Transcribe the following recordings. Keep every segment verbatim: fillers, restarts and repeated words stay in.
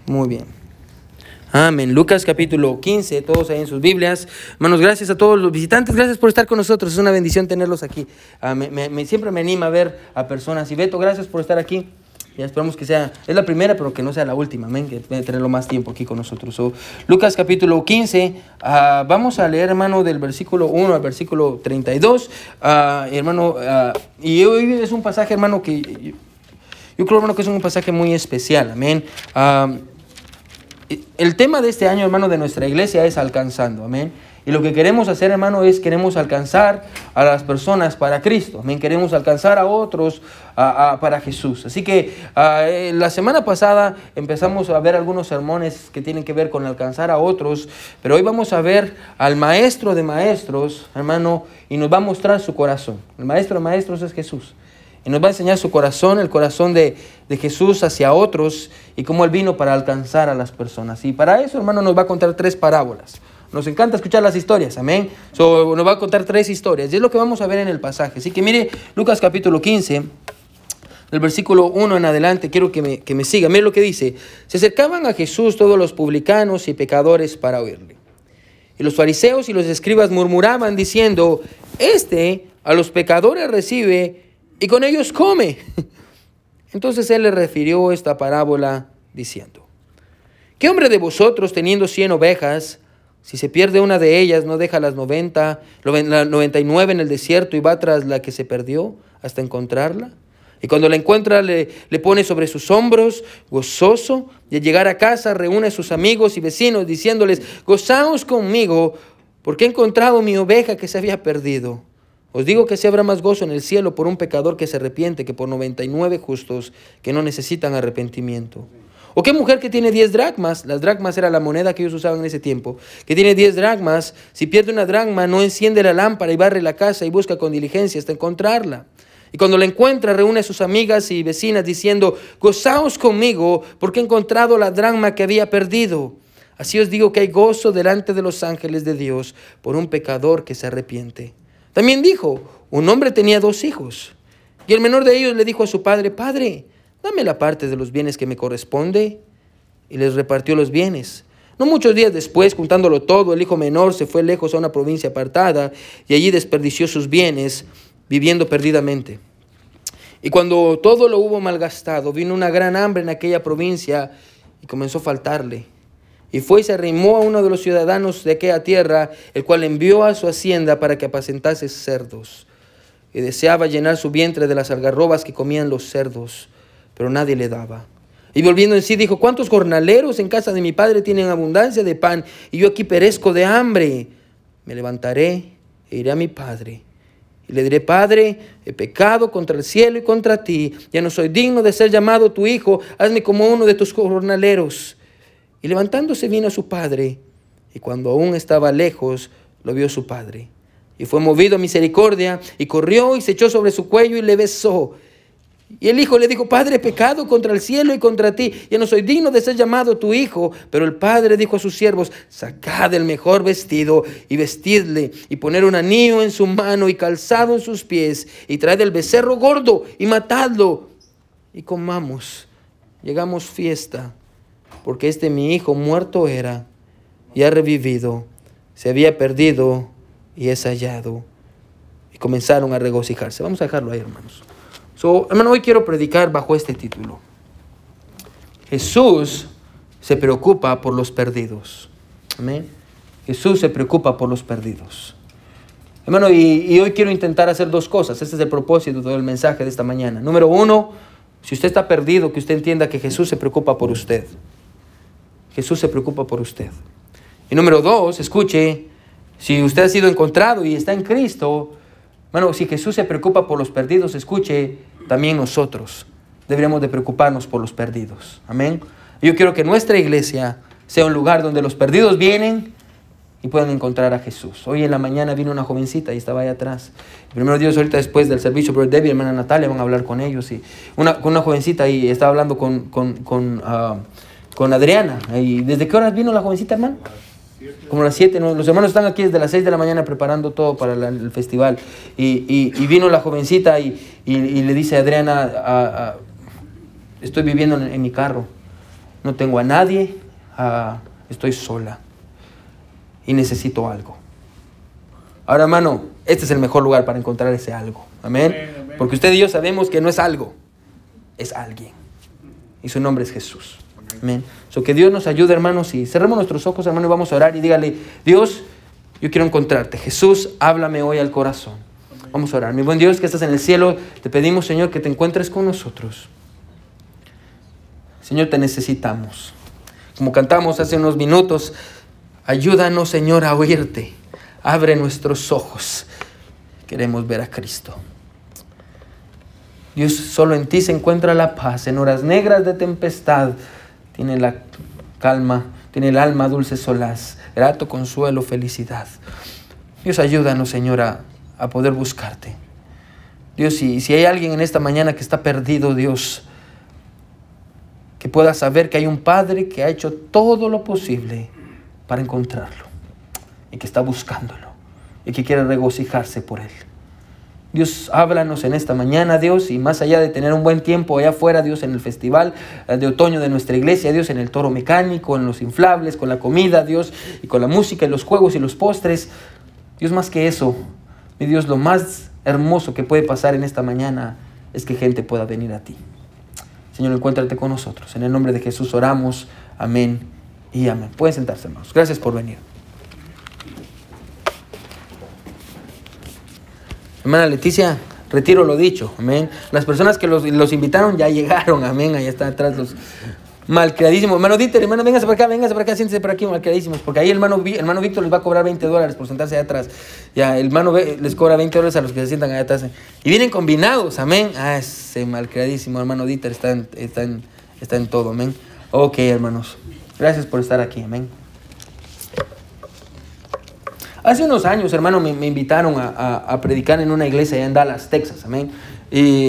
Muy bien. Amén. Lucas capítulo quince, todos ahí en sus Biblias. Hermanos, gracias a todos los visitantes, gracias por estar con nosotros, es una bendición tenerlos aquí. Uh, me, me, me, siempre me anima a ver a personas. Y Beto, gracias por estar aquí. Ya esperamos que sea, es la primera, pero que no sea la última, amén, que puede tenerlo más tiempo aquí con nosotros. So, Lucas capítulo quince, uh, vamos a leer, hermano, del versículo uno al versículo treinta y dos. Uh, hermano, uh, y hoy es un pasaje, hermano, que yo, yo creo, hermano, que es un pasaje muy especial, amén. Uh, El tema de este año, hermano, de nuestra iglesia es alcanzando, amén. Y lo que queremos hacer, hermano, es queremos alcanzar a las personas para Cristo, amén. Queremos alcanzar a otros a, a, para Jesús. Así que uh, la semana pasada empezamos a ver algunos sermones que tienen que ver con alcanzar a otros, pero hoy vamos a ver al maestro de maestros, hermano, y nos va a mostrar su corazón. El maestro de maestros es Jesús. Y nos va a enseñar su corazón, el corazón de, de Jesús hacia otros y cómo Él vino para alcanzar a las personas. Y para eso, hermano, nos va a contar tres parábolas. Nos encanta escuchar las historias, amén. So, nos va a contar tres historias y es lo que vamos a ver en el pasaje. Así que mire Lucas capítulo quince, del versículo uno en adelante, quiero que me, que me siga. Mire lo que dice. Se acercaban a Jesús todos los publicanos y pecadores para oírle. Y los fariseos y los escribas murmuraban diciendo, este a los pecadores recibe y con ellos come. Entonces él le refirió esta parábola diciendo, ¿qué hombre de vosotros teniendo cien ovejas, si se pierde una de ellas, no deja las noventa, la noventa y nueve en el desierto y va tras la que se perdió hasta encontrarla? Y cuando la encuentra le, le pone sobre sus hombros, gozoso, y al llegar a casa reúne a sus amigos y vecinos diciéndoles, gozaos conmigo, porque he encontrado mi oveja que se había perdido. Os digo que se habrá más gozo en el cielo por un pecador que se arrepiente que por noventa y nueve justos que no necesitan arrepentimiento. ¿O qué mujer que tiene diez dracmas? Las dracmas era la moneda que ellos usaban en ese tiempo. Que tiene diez dracmas, si pierde una dracma, no enciende la lámpara y barre la casa y busca con diligencia hasta encontrarla. Y cuando la encuentra, reúne a sus amigas y vecinas diciendo, gozaos conmigo porque he encontrado la dracma que había perdido. Así os digo que hay gozo delante de los ángeles de Dios por un pecador que se arrepiente. También dijo, un hombre tenía dos hijos, y el menor de ellos le dijo a su padre, Padre, dame la parte de los bienes que me corresponde, y les repartió los bienes. No muchos días después, juntándolo todo, el hijo menor se fue lejos a una provincia apartada, y allí desperdició sus bienes, viviendo perdidamente. Y cuando todo lo hubo malgastado, vino una gran hambre en aquella provincia, y comenzó a faltarle. Y fue y se arrimó a uno de los ciudadanos de aquella tierra, el cual envió a su hacienda para que apacentase cerdos. Y deseaba llenar su vientre de las algarrobas que comían los cerdos, pero nadie le daba. Y volviendo en sí dijo, ¿cuántos jornaleros en casa de mi padre tienen abundancia de pan? Y yo aquí perezco de hambre. Me levantaré e iré a mi padre. Y le diré, Padre, he pecado contra el cielo y contra ti. Ya no soy digno de ser llamado tu hijo. Hazme como uno de tus jornaleros. Y levantándose vino a su padre, y cuando aún estaba lejos, lo vio su padre. Y fue movido a misericordia, y corrió y se echó sobre su cuello y le besó. Y el hijo le dijo, Padre, he pecado contra el cielo y contra ti, ya no soy digno de ser llamado tu hijo. Pero el padre dijo a sus siervos, sacad el mejor vestido y vestidle, y poner un anillo en su mano y calzado en sus pies, y traed el becerro gordo y matadlo, y comamos, llegamos fiesta. Porque este mi hijo muerto era y ha revivido, se había perdido y es hallado. Y comenzaron a regocijarse. Vamos a dejarlo ahí, hermanos. So, hermano, hoy quiero predicar bajo este título. Jesús se preocupa por los perdidos. Amén. Jesús se preocupa por los perdidos. Hermano, y, y hoy quiero intentar hacer dos cosas. Este es el propósito del mensaje de esta mañana. Número uno, si usted está perdido, que usted entienda que Jesús se preocupa por usted. Jesús se preocupa por usted. Y número dos, escuche, si usted ha sido encontrado y está en Cristo, bueno, si Jesús se preocupa por los perdidos, escuche, también nosotros deberíamos de preocuparnos por los perdidos. Amén. Yo quiero que nuestra iglesia sea un lugar donde los perdidos vienen y puedan encontrar a Jesús. Hoy en la mañana vino una jovencita y estaba ahí atrás. Primero Dios, ahorita después del servicio, Brother David y hermana Natalia van a hablar con ellos. Y una, con una jovencita y estaba hablando con... con, con uh, con Adriana. ¿Y desde qué horas vino la jovencita, hermano? Como a las siete, ¿no? Los hermanos están aquí desde las seis de la mañana preparando todo para la, el festival. Y, y, y vino la jovencita y, y, y le dice a Adriana, a, a, estoy viviendo en, en mi carro. no tengo a nadie, uh, estoy sola y necesito algo. Ahora, hermano, este es el mejor lugar para encontrar ese algo. Amén. Amén, amén. Porque usted y yo sabemos que no es algo, es alguien. Y su nombre es Jesús. Amén. So, que Dios nos ayude, hermanos, y cerremos nuestros ojos, hermanos, y vamos a orar y dígale: Dios, yo quiero encontrarte. Jesús, háblame hoy al corazón. Vamos a orar. Mi buen Dios que estás en el cielo, te pedimos, Señor, que te encuentres con nosotros. Señor, te necesitamos. Como cantamos hace unos minutos, ayúdanos, Señor, a oírte. Abre nuestros ojos. Queremos ver a Cristo. Dios, solo en ti se encuentra la paz. En horas negras de tempestad tiene la calma, tiene el alma dulce solaz, grato consuelo, felicidad. Dios, ayúdanos, Señor, a, a poder buscarte. Dios, si, si hay alguien en esta mañana que está perdido, Dios, que pueda saber que hay un Padre que ha hecho todo lo posible para encontrarlo y que está buscándolo y que quiere regocijarse por él. Dios, háblanos en esta mañana, Dios, y más allá de tener un buen tiempo allá afuera, Dios, en el festival de otoño de nuestra iglesia, Dios, en el toro mecánico, en los inflables, con la comida, Dios, y con la música, y los juegos y los postres. Dios, más que eso, mi Dios, lo más hermoso que puede pasar en esta mañana es que gente pueda venir a ti. Señor, encuéntrate con nosotros. En el nombre de Jesús oramos. Amén y amén. Pueden sentarse, hermanos. Gracias por venir. Hermana Leticia, retiro lo dicho, amén. Las personas que los, los invitaron ya llegaron, amén. Ahí están atrás los malcriadísimos. Hermano Dieter, hermano, véngase para acá, véngase para acá, siéntese por aquí, malcriadísimos. Porque ahí el hermano, hermano Víctor les va a cobrar veinte dólares por sentarse allá atrás. Ya, el hermano les cobra veinte dólares a los que se sientan allá atrás. Y vienen combinados, amén. Ah, ese malcriadísimo hermano Dieter está en, está en, está en todo, amén. Ok, hermanos. Gracias por estar aquí, amén. Hace unos años, hermano, me, me invitaron a, a, a predicar en una iglesia allá en Dallas, Texas, amén. Y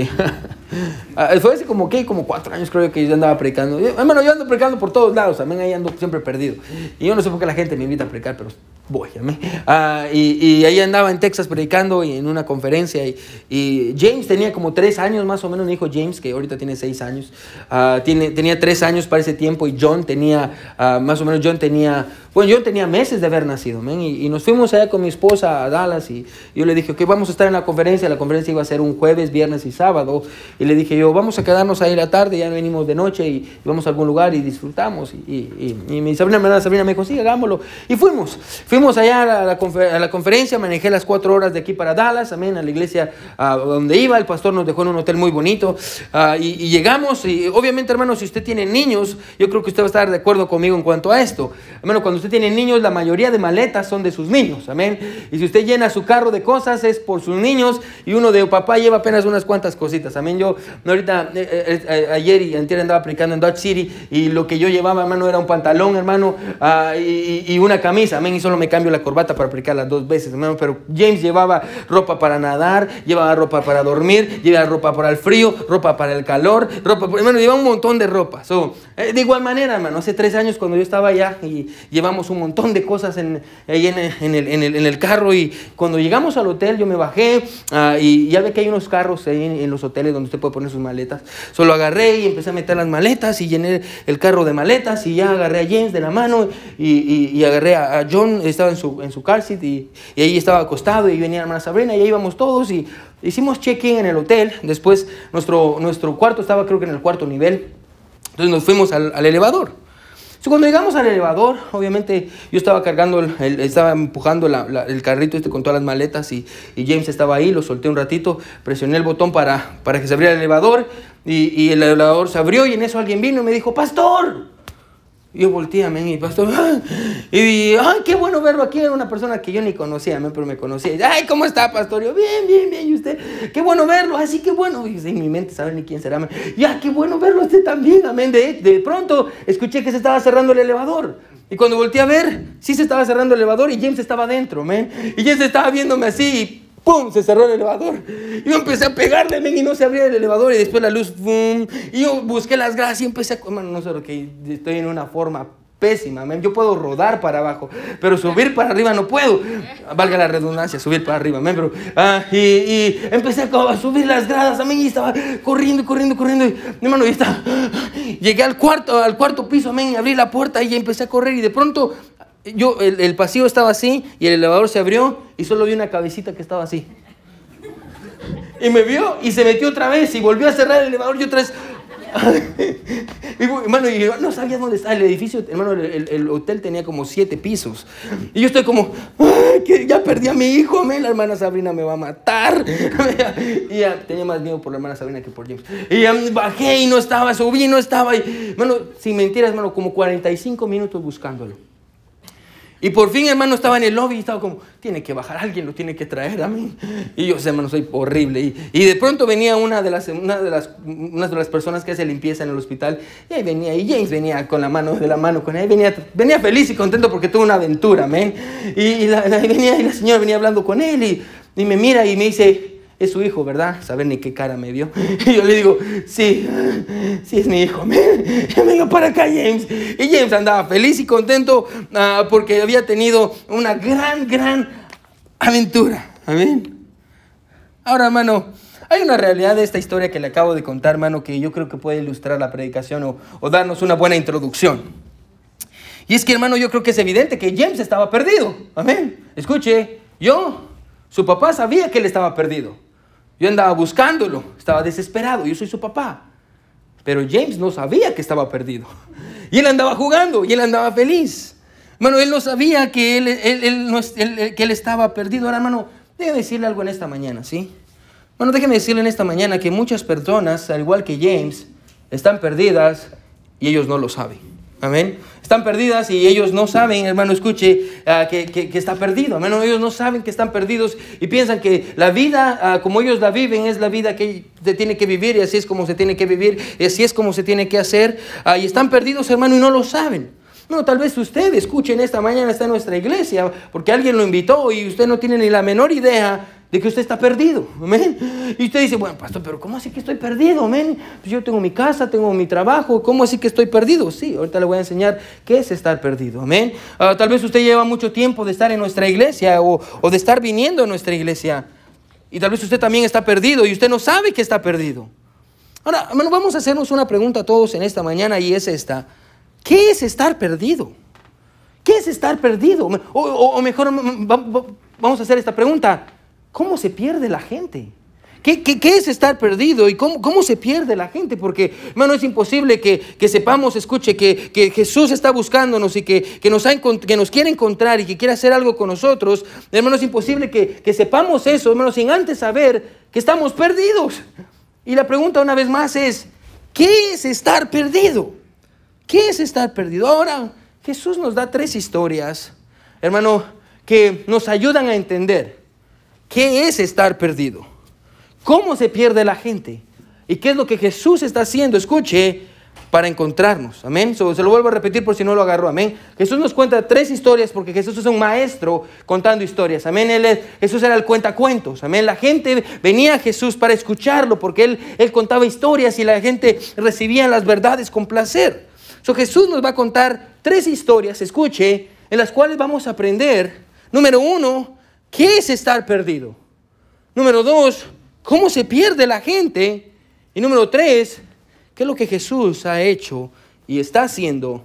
fue hace como, ¿qué? Como cuatro años creo que yo andaba predicando. Yo, hermano, yo ando predicando por todos lados, amén, ahí ando siempre perdido. Y yo no sé por qué la gente me invita a predicar, pero voy, amén. Uh, y, y ahí andaba en Texas predicando y en una conferencia. Y, y James tenía como tres años más o menos, mi hijo James, que ahorita tiene seis años. Uh, tiene, tenía tres años para ese tiempo y John tenía, uh, más o menos John tenía, bueno, John tenía meses de haber nacido, amén. Y, y nos fuimos allá con mi esposa a Dallas y yo le dije, ok, vamos a estar en la conferencia. La conferencia iba a ser un jueves, viernes y sábado. Y le dije yo, vamos a quedarnos ahí la tarde, ya venimos de noche y, y vamos a algún lugar y disfrutamos. Y, y, y, y mi Sabrina, mi Sabrina me dijo, sí, hagámoslo. Y fuimos. Fuimos allá a la, a la, confer- a la conferencia, manejé las cuatro horas de aquí para Dallas, amén, a la iglesia uh, donde iba. El pastor nos dejó en un hotel muy bonito uh, y, y llegamos. Y obviamente, hermano, si usted tiene niños, yo creo que usted va a estar de acuerdo conmigo en cuanto a esto. Hermano, cuando usted tiene niños, la mayoría de maletas son de sus niños, amén. Y si usted llena su carro de cosas, es por sus niños. Y uno de papá lleva apenas unas cuantas cositas, amén. Yo ahorita, eh, eh, eh, ayer y antier andaba predicando en Dodge City y lo que yo llevaba, hermano, era un pantalón, hermano, uh, y, y una camisa, amén. Y solo me cambio la corbata para predicar las dos veces, hermano. Pero James llevaba ropa para nadar, llevaba ropa para dormir, llevaba ropa para el frío, ropa para el calor, ropa, hermano, llevaba un montón de ropa. So, eh, de igual manera, hermano, hace tres años cuando yo estaba allá y llevamos un montón de cosas en, ahí en, en, el, en, el, en el carro, y cuando llegamos al hotel yo me bajé uh, y ya ve que hay unos carros ahí en, en los hoteles donde usted puede poner sus maletas. Solo agarré y empecé a meter las maletas y llené el carro de maletas y ya agarré a James de la mano y, y, y agarré a, a John, estaba en su, en su car seat y, y ahí estaba acostado y venía la hermana Sabrina y ahí íbamos todos y hicimos check-in en el hotel. Después nuestro, nuestro cuarto estaba creo que en el cuarto nivel, entonces nos fuimos al, al elevador. So, cuando llegamos al elevador, obviamente yo estaba cargando, el, el, estaba empujando la, la, el carrito este con todas las maletas y, y James estaba ahí, lo solté un ratito, presioné el botón para, para que se abriera el elevador y, y el elevador se abrió y en eso alguien vino y me dijo, ¡Pastor! Y yo volteé, amén, y pastor, ¡ay! Y dije, ¡ay, qué bueno verlo aquí! Era una persona que yo ni conocía, amén, pero me conocía. Y, ¡ay, cómo está, pastor! Y yo, bien, bien, bien, ¿y usted? ¡Qué bueno verlo! Así, qué bueno. Y en mi mente, ¿saben ni quién será? Amén. Ya, qué bueno verlo usted también, amén. De, de pronto, escuché que se estaba cerrando el elevador. Y cuando volteé a ver, sí se estaba cerrando el elevador y James estaba adentro, amén. Y James estaba viéndome así y ¡pum! Se cerró el elevador. Y yo empecé a pegarle, men, y no se abría el elevador. Y después la luz, ¡pum! Y yo busqué las gradas y empecé a... Bueno, no sé lo que... Estoy en una forma pésima, amén. Yo puedo rodar para abajo, pero subir para arriba no puedo. Valga la redundancia, subir para arriba, amén. Pero, ah, y, y empecé a subir las gradas, amén, y estaba corriendo, corriendo, corriendo. Y, hermano, y estaba, llegué al cuarto, al cuarto piso, amén, y abrí la puerta y empecé a correr. Y de pronto, yo, el, el pasillo estaba así y el elevador se abrió y solo vi una cabecita que estaba así. Y me vio y se metió otra vez y volvió a cerrar el elevador y otra vez. Hermano, y yo no sabía dónde estaba el edificio. Hermano, el, el hotel tenía como siete pisos. Y yo estoy como, que ya perdí a mi hijo, amén. La hermana Sabrina me va a matar. Y ya tenía más miedo por la hermana Sabrina que por James. Y ya bajé y no estaba, subí y no estaba. Y, hermano, sin mentiras, hermano, como cuarenta y cinco minutos buscándolo. Y por fin, hermano, estaba en el lobby y estaba como, tiene que bajar, alguien lo tiene que traer a mí. Y yo, hermano, soy horrible. Y, y de pronto venía una de, las, una, de las, una de las personas que hace limpieza en el hospital. Y ahí venía, y James venía con la mano, de la mano con él. Venía, venía feliz y contento porque tuvo una aventura, amén. Y, y, la, la, venía, y la señora venía hablando con él y, y me mira y me dice, es su hijo, ¿verdad? Saber ni qué cara me vio. Y yo le digo, sí, sí es mi hijo. Venga para acá, James. Y James andaba feliz y contento uh, porque había tenido una gran, gran aventura. Amén. Ahora, hermano, hay una realidad de esta historia que le acabo de contar, hermano, que yo creo que puede ilustrar la predicación o, o darnos una buena introducción. Y es que, hermano, yo creo que es evidente que James estaba perdido. Amén. Escuche, yo, su papá sabía que él estaba perdido. Yo andaba buscándolo, estaba desesperado, yo soy su papá. Pero James no sabía que estaba perdido. Y él andaba jugando, y él andaba feliz. Hermano, él no sabía que él, él, él, no, él, que él estaba perdido. Ahora, hermano, déjeme decirle algo en esta mañana, ¿sí? Bueno, déjeme decirle en esta mañana que muchas personas, al igual que James, están perdidas y ellos no lo saben. Amén. Están perdidas y ellos no saben, hermano, escuche, uh, que, que, que está perdido. Hermano, ellos no saben que están perdidos y piensan que la vida, uh, como ellos la viven, es la vida que se tiene que vivir y así es como se tiene que vivir y así es como se tiene que hacer. Uh, y están perdidos, hermano, y no lo saben. No, tal vez usted escuche en esta mañana, está en nuestra iglesia, porque alguien lo invitó y usted no tiene ni la menor idea de que usted está perdido, amén. Y usted dice, bueno, pastor, pero ¿cómo así que estoy perdido, amén? Pues yo tengo mi casa, tengo mi trabajo, ¿cómo así que estoy perdido? Sí, ahorita le voy a enseñar qué es estar perdido, amén. Uh, tal vez usted lleva mucho tiempo de estar en nuestra iglesia o, o de estar viniendo a nuestra iglesia. Y tal vez usted también está perdido y usted no sabe que está perdido. Ahora, hermano, vamos a hacernos una pregunta a todos en esta mañana y es esta. ¿Qué es estar perdido? ¿Qué es estar perdido? O, o, o mejor, vamos a hacer esta pregunta. ¿Cómo se pierde la gente? ¿Qué, qué, qué es estar perdido y cómo, cómo se pierde la gente? Porque, hermano, es imposible que, que sepamos, escuche, que, que Jesús está buscándonos y que, que, nos ha, que nos quiere encontrar y que quiere hacer algo con nosotros. Hermano, es imposible que, que sepamos eso, hermano, sin antes saber que estamos perdidos. Y la pregunta una vez más es, ¿qué es estar perdido? ¿Qué es estar perdido? Ahora, Jesús nos da tres historias, hermano, que nos ayudan a entender qué es estar perdido, cómo se pierde la gente y qué es lo que Jesús está haciendo, escuche, para encontrarnos, amén. So, se lo vuelvo a repetir por si no lo agarró, amén. Jesús nos cuenta tres historias porque Jesús es un maestro contando historias, amén. Él es, Jesús era el cuentacuentos, amén. La gente venía a Jesús para escucharlo porque él, él contaba historias y la gente recibía las verdades con placer. So, Jesús nos va a contar tres historias, escuche, en las cuales vamos a aprender, número uno, ¿qué es estar perdido? Número dos, ¿cómo se pierde la gente? Y número tres, ¿qué es lo que Jesús ha hecho y está haciendo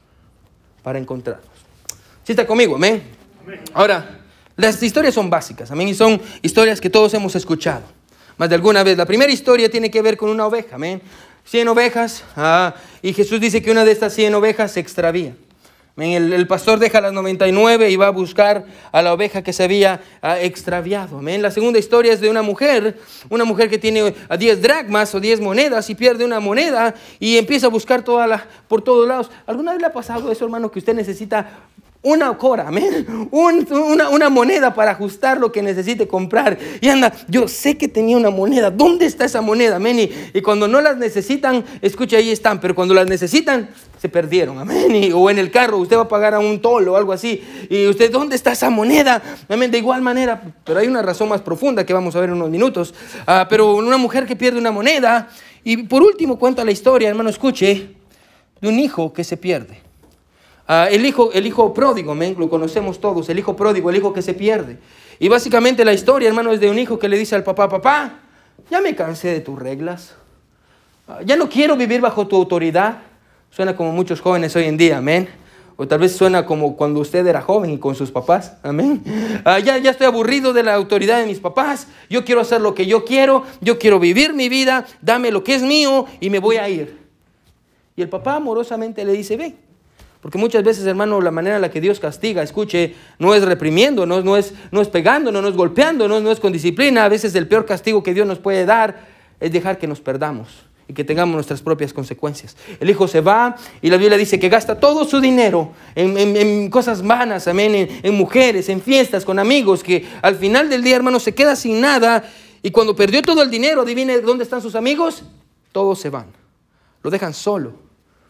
para encontrarnos? ¿Sí está conmigo? Amén. Amén. Ahora, las historias son básicas, amén, y son historias que todos hemos escuchado más de alguna vez. La primera historia tiene que ver con una oveja, amén. Cien ovejas, ah, y Jesús dice que una de estas cien ovejas se extravía. El, el pastor deja las noventa y nueve y va a buscar a la oveja que se había uh, extraviado. Amén. La segunda historia es de una mujer, una mujer que tiene uh, diez dracmas o diez monedas y pierde una moneda y empieza a buscar toda la, por todos lados. ¿Alguna vez le ha pasado eso, hermano, que usted necesita una cora, amén, Un, una, una moneda para ajustar lo que necesite comprar? Y anda, yo sé que tenía una moneda, ¿dónde está esa moneda, amén? Y, y cuando no las necesitan, escucha, ahí están, pero cuando las necesitan, se perdieron, amén. Y, o en el carro, usted va a pagar a un tolo o algo así, y usted, ¿dónde está esa moneda? Amén, de igual manera, pero hay una razón más profunda que vamos a ver en unos minutos. Uh, pero una mujer que pierde una moneda, y por último cuenta la historia, hermano, escuche, de un hijo que se pierde. Uh, el, hijo, el hijo pródigo, amén, lo conocemos todos, el hijo pródigo, el hijo que se pierde. Y básicamente la historia, hermano, es de un hijo que le dice al papá, papá, ya me cansé de tus reglas, uh, ya no quiero vivir bajo tu autoridad. Suena como muchos jóvenes hoy en día, amén. O tal vez suena como cuando usted era joven y con sus papás, amén. Uh, ya, ya estoy aburrido de la autoridad de mis papás, yo quiero hacer lo que yo quiero, yo quiero vivir mi vida, dame lo que es mío y me voy a ir. Y el papá amorosamente le dice, ve. Porque muchas veces, hermano, la manera en la que Dios castiga, escuche, no es reprimiendo, no, no, es, no es pegando, no, no es golpeando, no, no es con disciplina. A veces el peor castigo que Dios nos puede dar es dejar que nos perdamos y que tengamos nuestras propias consecuencias. El hijo se va y la Biblia dice que gasta todo su dinero en, en, en cosas vanas, amén, en, en mujeres, en fiestas, con amigos, que al final del día, hermano, se queda sin nada. Y cuando perdió todo el dinero, adivine dónde están sus amigos, todos se van, lo dejan solo.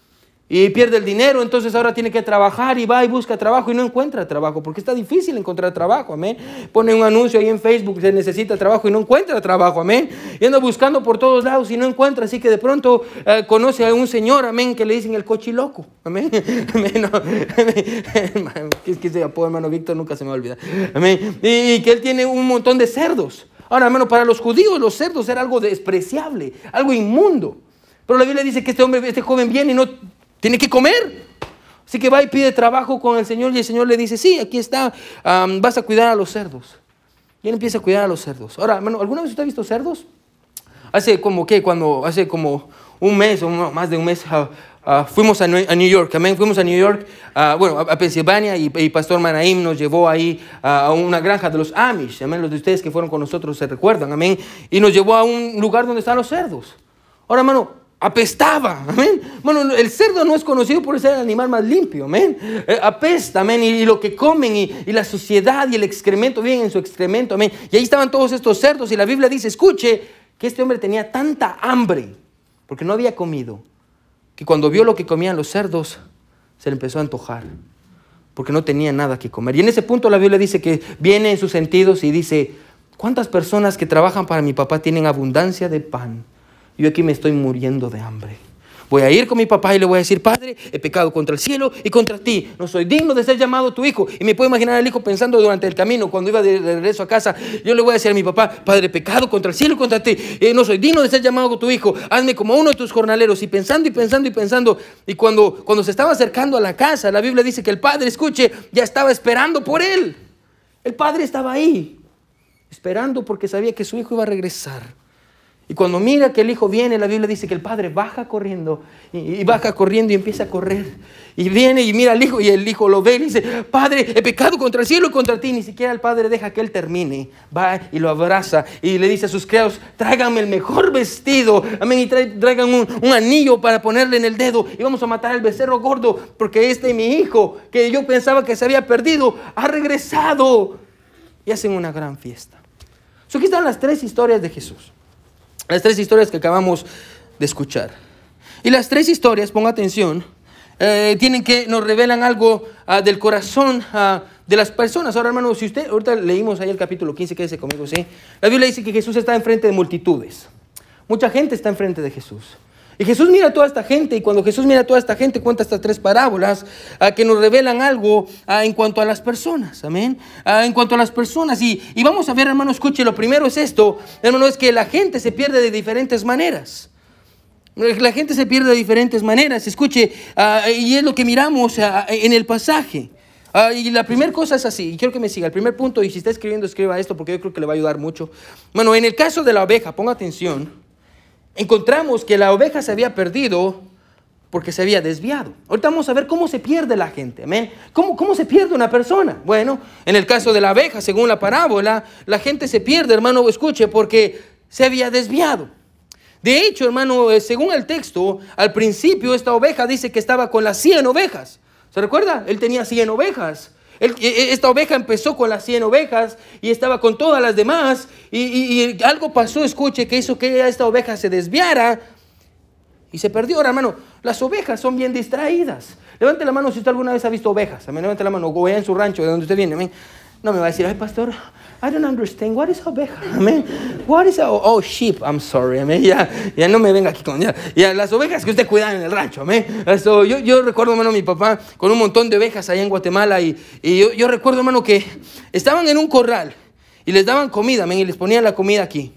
Y pierde el dinero, entonces ahora tiene que trabajar y va y busca trabajo y no encuentra trabajo, porque está difícil encontrar trabajo, amén. Pone un anuncio ahí en Facebook, se necesita trabajo y no encuentra trabajo, amén. Y anda buscando por todos lados y no encuentra, así que de pronto eh, conoce a un señor, amén, que le dicen el cochiloco, amén. Amén, no, amén. Es que ese apodo, hermano Víctor, nunca se me va a olvidar, amén. Y, y que él tiene un montón de cerdos. Ahora, hermano, para los judíos los cerdos era algo despreciable, algo inmundo. Pero la Biblia dice que este hombre, este joven viene y no tiene que comer. Así que va y pide trabajo con el Señor y el Señor le dice, sí, aquí está, um, vas a cuidar a los cerdos. Y él empieza a cuidar a los cerdos. Ahora, hermano, ¿alguna vez usted ha visto cerdos? Hace como, ¿qué? Cuando, hace como un mes o más de un mes uh, uh, fuimos a, a New York, amén, fuimos a New York, uh, bueno, a, a Pensilvania y, y Pastor Manaim nos llevó ahí uh, a una granja de los Amish, amén, los de ustedes que fueron con nosotros se recuerdan, amén, y nos llevó a un lugar donde están los cerdos. Ahora, hermano, apestaba, amén. Bueno, el cerdo no es conocido por ser el animal más limpio, amén. Eh, apesta, amén. Y, y lo que comen y, y la suciedad y el excremento viven en su excremento, amén. Y ahí estaban todos estos cerdos y la Biblia dice, escuche, que este hombre tenía tanta hambre porque no había comido, que cuando vio lo que comían los cerdos, se le empezó a antojar porque no tenía nada que comer. Y en ese punto la Biblia dice que viene en sus sentidos y dice, ¿cuántas personas que trabajan para mi papá tienen abundancia de pan? Yo aquí me estoy muriendo de hambre. Voy a ir con mi papá y le voy a decir, Padre, he pecado contra el cielo y contra ti. No soy digno de ser llamado tu hijo. Y me puedo imaginar al hijo pensando durante el camino, cuando iba de regreso a casa, yo le voy a decir a mi papá, Padre, he pecado contra el cielo y contra ti. Eh, no soy digno de ser llamado tu hijo. Hazme como uno de tus jornaleros. Y pensando y pensando y pensando. Y cuando, cuando se estaba acercando a la casa, la Biblia dice que el padre, escuche, ya estaba esperando por él. El padre estaba ahí, esperando porque sabía que su hijo iba a regresar. Y cuando mira que el hijo viene, la Biblia dice que el padre baja corriendo y, y baja corriendo y empieza a correr. Y viene y mira al hijo y el hijo lo ve y dice, Padre, he pecado contra el cielo y contra ti. Ni siquiera el padre deja que él termine. Va y lo abraza y le dice a sus criados, tráiganme el mejor vestido. Amén. Y traigan un, un anillo para ponerle en el dedo. Y vamos a matar al becerro gordo porque este mi hijo, que yo pensaba que se había perdido, ha regresado. Y hacen una gran fiesta. So, aquí están las tres historias de Jesús. Las tres historias que acabamos de escuchar. Y las tres historias, ponga atención, eh, tienen que, nos revelan algo uh, del corazón uh, de las personas. Ahora, hermano, si usted, ahorita leímos ahí el capítulo quince, quédese conmigo, ¿sí? La Biblia dice que Jesús está enfrente de multitudes. Mucha gente está enfrente de Jesús. Y Jesús mira a toda esta gente, y cuando Jesús mira a toda esta gente, cuenta estas tres parábolas uh, que nos revelan algo uh, en cuanto a las personas, amén, uh, en cuanto a las personas, y, y vamos a ver, hermano, escuche, lo primero es esto, hermano, es que la gente se pierde de diferentes maneras. La gente se pierde de diferentes maneras, escuche, uh, y es lo que miramos uh, en el pasaje. Uh, y la primera cosa es así, y quiero que me siga, el primer punto, y si está escribiendo, escriba esto, porque yo creo que le va a ayudar mucho. Bueno, en el caso de la oveja, ponga atención, encontramos que la oveja se había perdido porque se había desviado. Ahorita vamos a ver cómo se pierde la gente, amén. ¿Cómo, cómo se pierde una persona? Bueno, en el caso de la oveja, según la parábola, la gente se pierde, hermano, escuche, porque se había desviado. De hecho, hermano, según el texto, al principio esta oveja dice que estaba con las cien ovejas. ¿Se recuerda? Él tenía cien ovejas. Él, esta oveja empezó con las cien ovejas y estaba con todas las demás. Y, y, y algo pasó, escuche, que hizo que esta oveja se desviara y se perdió. Ahora, hermano, las ovejas son bien distraídas. Levante la mano si usted alguna vez ha visto ovejas. Amén. Levante la mano, o en su rancho, de donde usted viene. Amén. No me va a decir, ay, pastor, I don't understand. What is oveja? Amén. What is a, oh, sheep? I'm sorry. Amén. Ya, ya no me venga aquí con ya, ya las ovejas que usted cuida en el rancho. Amén. Eso, yo, yo recuerdo, hermano, mi papá con un montón de ovejas allá en Guatemala y, y yo, yo recuerdo, hermano, que estaban en un corral y les daban comida, amén, y les ponían la comida aquí.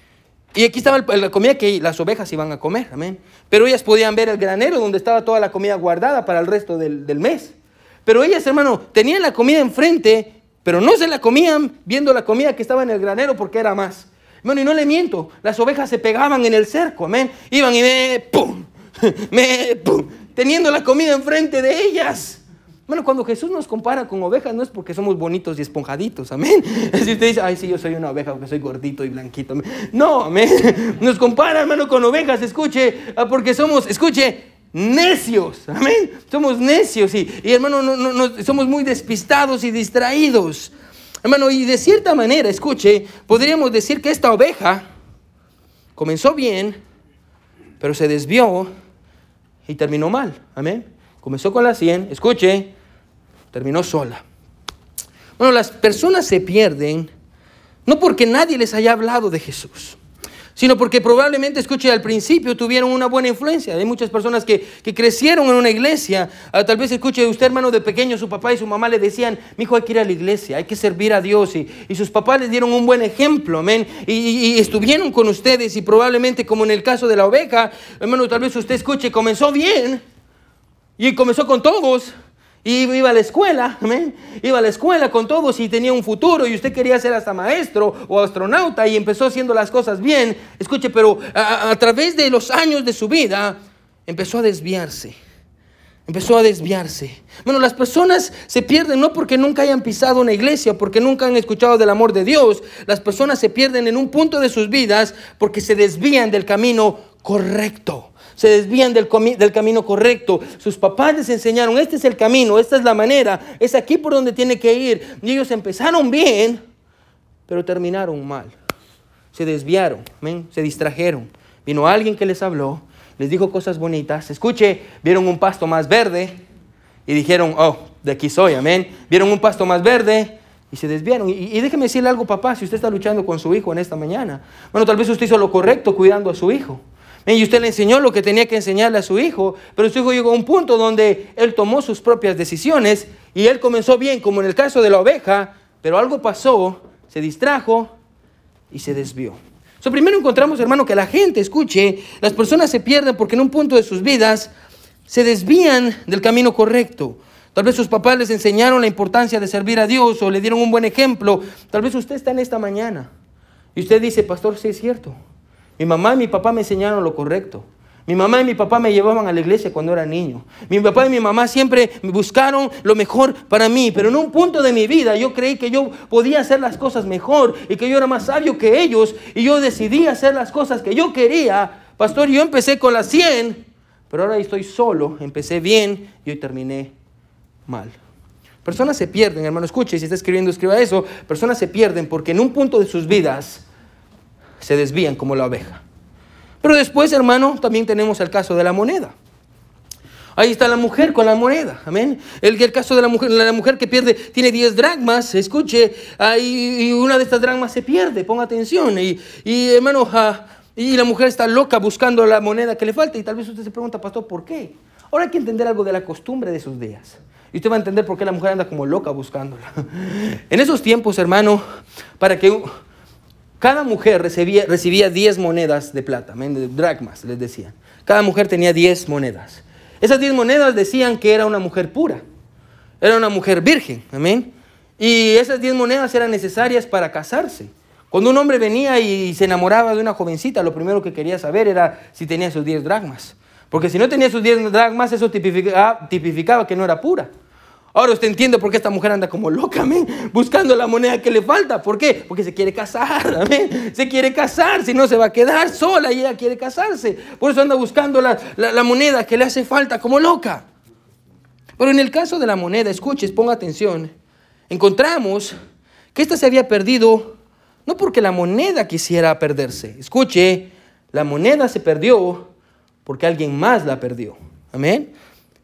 Y aquí estaba el, la comida que las ovejas iban a comer, amén. Pero ellas podían ver el granero donde estaba toda la comida guardada para el resto del, del mes. Pero ellas, hermano, tenían la comida enfrente, pero no se la comían viendo la comida que estaba en el granero porque era más. Bueno, y no le miento, las ovejas se pegaban en el cerco, amén. Iban y me, pum, me, pum, teniendo la comida enfrente de ellas. Bueno, cuando Jesús nos compara con ovejas, no es porque somos bonitos y esponjaditos, amén. Si usted dice, ay, sí, yo soy una oveja porque soy gordito y blanquito. Amén. No, amén. Nos compara, hermano, con ovejas, escuche, porque somos, escuche, necios, amén. Somos necios y, y hermano, no, no, no, somos muy despistados y distraídos, hermano. Y de cierta manera, escuche, podríamos decir que esta oveja comenzó bien, pero se desvió y terminó mal, amén. Comenzó con la cien, escuche, terminó sola. Bueno, las personas se pierden no porque nadie les haya hablado de Jesús, sino porque probablemente, escuche, al principio tuvieron una buena influencia. Hay muchas personas que, que crecieron en una iglesia. Uh, tal vez, escuche, usted, hermano, de pequeño, su papá y su mamá le decían, mi hijo, hay que ir a la iglesia, hay que servir a Dios. Y, y sus papás les dieron un buen ejemplo, amén. Y, y, y estuvieron con ustedes y probablemente, como en el caso de la oveja, hermano, tal vez usted, escuche, comenzó bien y comenzó con todos. Y iba a la escuela, amén. Iba a la escuela con todos y tenía un futuro y usted quería ser hasta maestro o astronauta y empezó haciendo las cosas bien. Escuche, pero a, a través de los años de su vida empezó a desviarse. Empezó a desviarse. Bueno, las personas se pierden no porque nunca hayan pisado una iglesia, porque nunca han escuchado del amor de Dios. Las personas se pierden en un punto de sus vidas porque se desvían del camino correcto. Se desvían del, comi- del camino correcto. Sus papás les enseñaron, este es el camino, esta es la manera, es aquí por donde tiene que ir. Y ellos empezaron bien, pero terminaron mal. Se desviaron, ¿ven? Se distrajeron. Vino alguien que les habló, les dijo cosas bonitas. Escuche, vieron un pasto más verde y dijeron, oh, de aquí soy, amén. Vieron un pasto más verde y se desviaron. Y, y déjeme decirle algo, papá, si usted está luchando con su hijo en esta mañana. Bueno, tal vez usted hizo lo correcto cuidando a su hijo. Y usted le enseñó lo que tenía que enseñarle a su hijo, pero su hijo llegó a un punto donde él tomó sus propias decisiones y él comenzó bien, como en el caso de la oveja, pero algo pasó, se distrajo y se desvió. So, primero encontramos, hermano, que la gente, escuche, las personas se pierden porque en un punto de sus vidas se desvían del camino correcto. Tal vez sus papás les enseñaron la importancia de servir a Dios o le dieron un buen ejemplo. Tal vez usted está en esta mañana y usted dice, pastor, sí es cierto. Mi mamá y mi papá me enseñaron lo correcto. Mi mamá y mi papá me llevaban a la iglesia cuando era niño. Mi papá y mi mamá siempre buscaron lo mejor para mí. Pero en un punto de mi vida yo creí que yo podía hacer las cosas mejor y que yo era más sabio que ellos. Y yo decidí hacer las cosas que yo quería. Pastor, yo empecé con las cien, pero ahora estoy solo. Empecé bien y hoy terminé mal. Personas se pierden, hermano. Escuche, si está escribiendo, escriba eso. Personas se pierden porque en un punto de sus vidas se desvían como la oveja. Pero después, hermano, también tenemos el caso de la moneda. Ahí está la mujer con la moneda, amén. El, el caso de la mujer, la mujer que pierde, tiene diez dracmas, escuche, ahí, y una de estas dracmas se pierde, ponga atención. Y, y hermano, uh, y la mujer está loca buscando la moneda que le falta. Y tal vez usted se pregunta, pastor, ¿por qué? Ahora hay que entender algo de la costumbre de sus días. Y usted va a entender por qué la mujer anda como loca buscándola. En esos tiempos, hermano, para que cada mujer recibía, recibía diez monedas de plata, de dracmas, les decían. Cada mujer tenía diez monedas. Esas diez monedas decían que era una mujer pura. Era una mujer virgen, amén. Y esas diez monedas eran necesarias para casarse. Cuando un hombre venía y se enamoraba de una jovencita, lo primero que quería saber era si tenía sus diez dracmas. Porque si no tenía sus diez dracmas, eso tipificaba, tipificaba que no era pura. Ahora usted entiende por qué esta mujer anda como loca, amén, buscando la moneda que le falta. ¿Por qué? Porque se quiere casar, amén. Se quiere casar, si no se va a quedar sola y ella quiere casarse. Por eso anda buscando la, la, la moneda que le hace falta como loca. Pero en el caso de la moneda, escuches, ponga atención, encontramos que esta se había perdido no porque la moneda quisiera perderse. Escuche, la moneda se perdió porque alguien más la perdió, amén.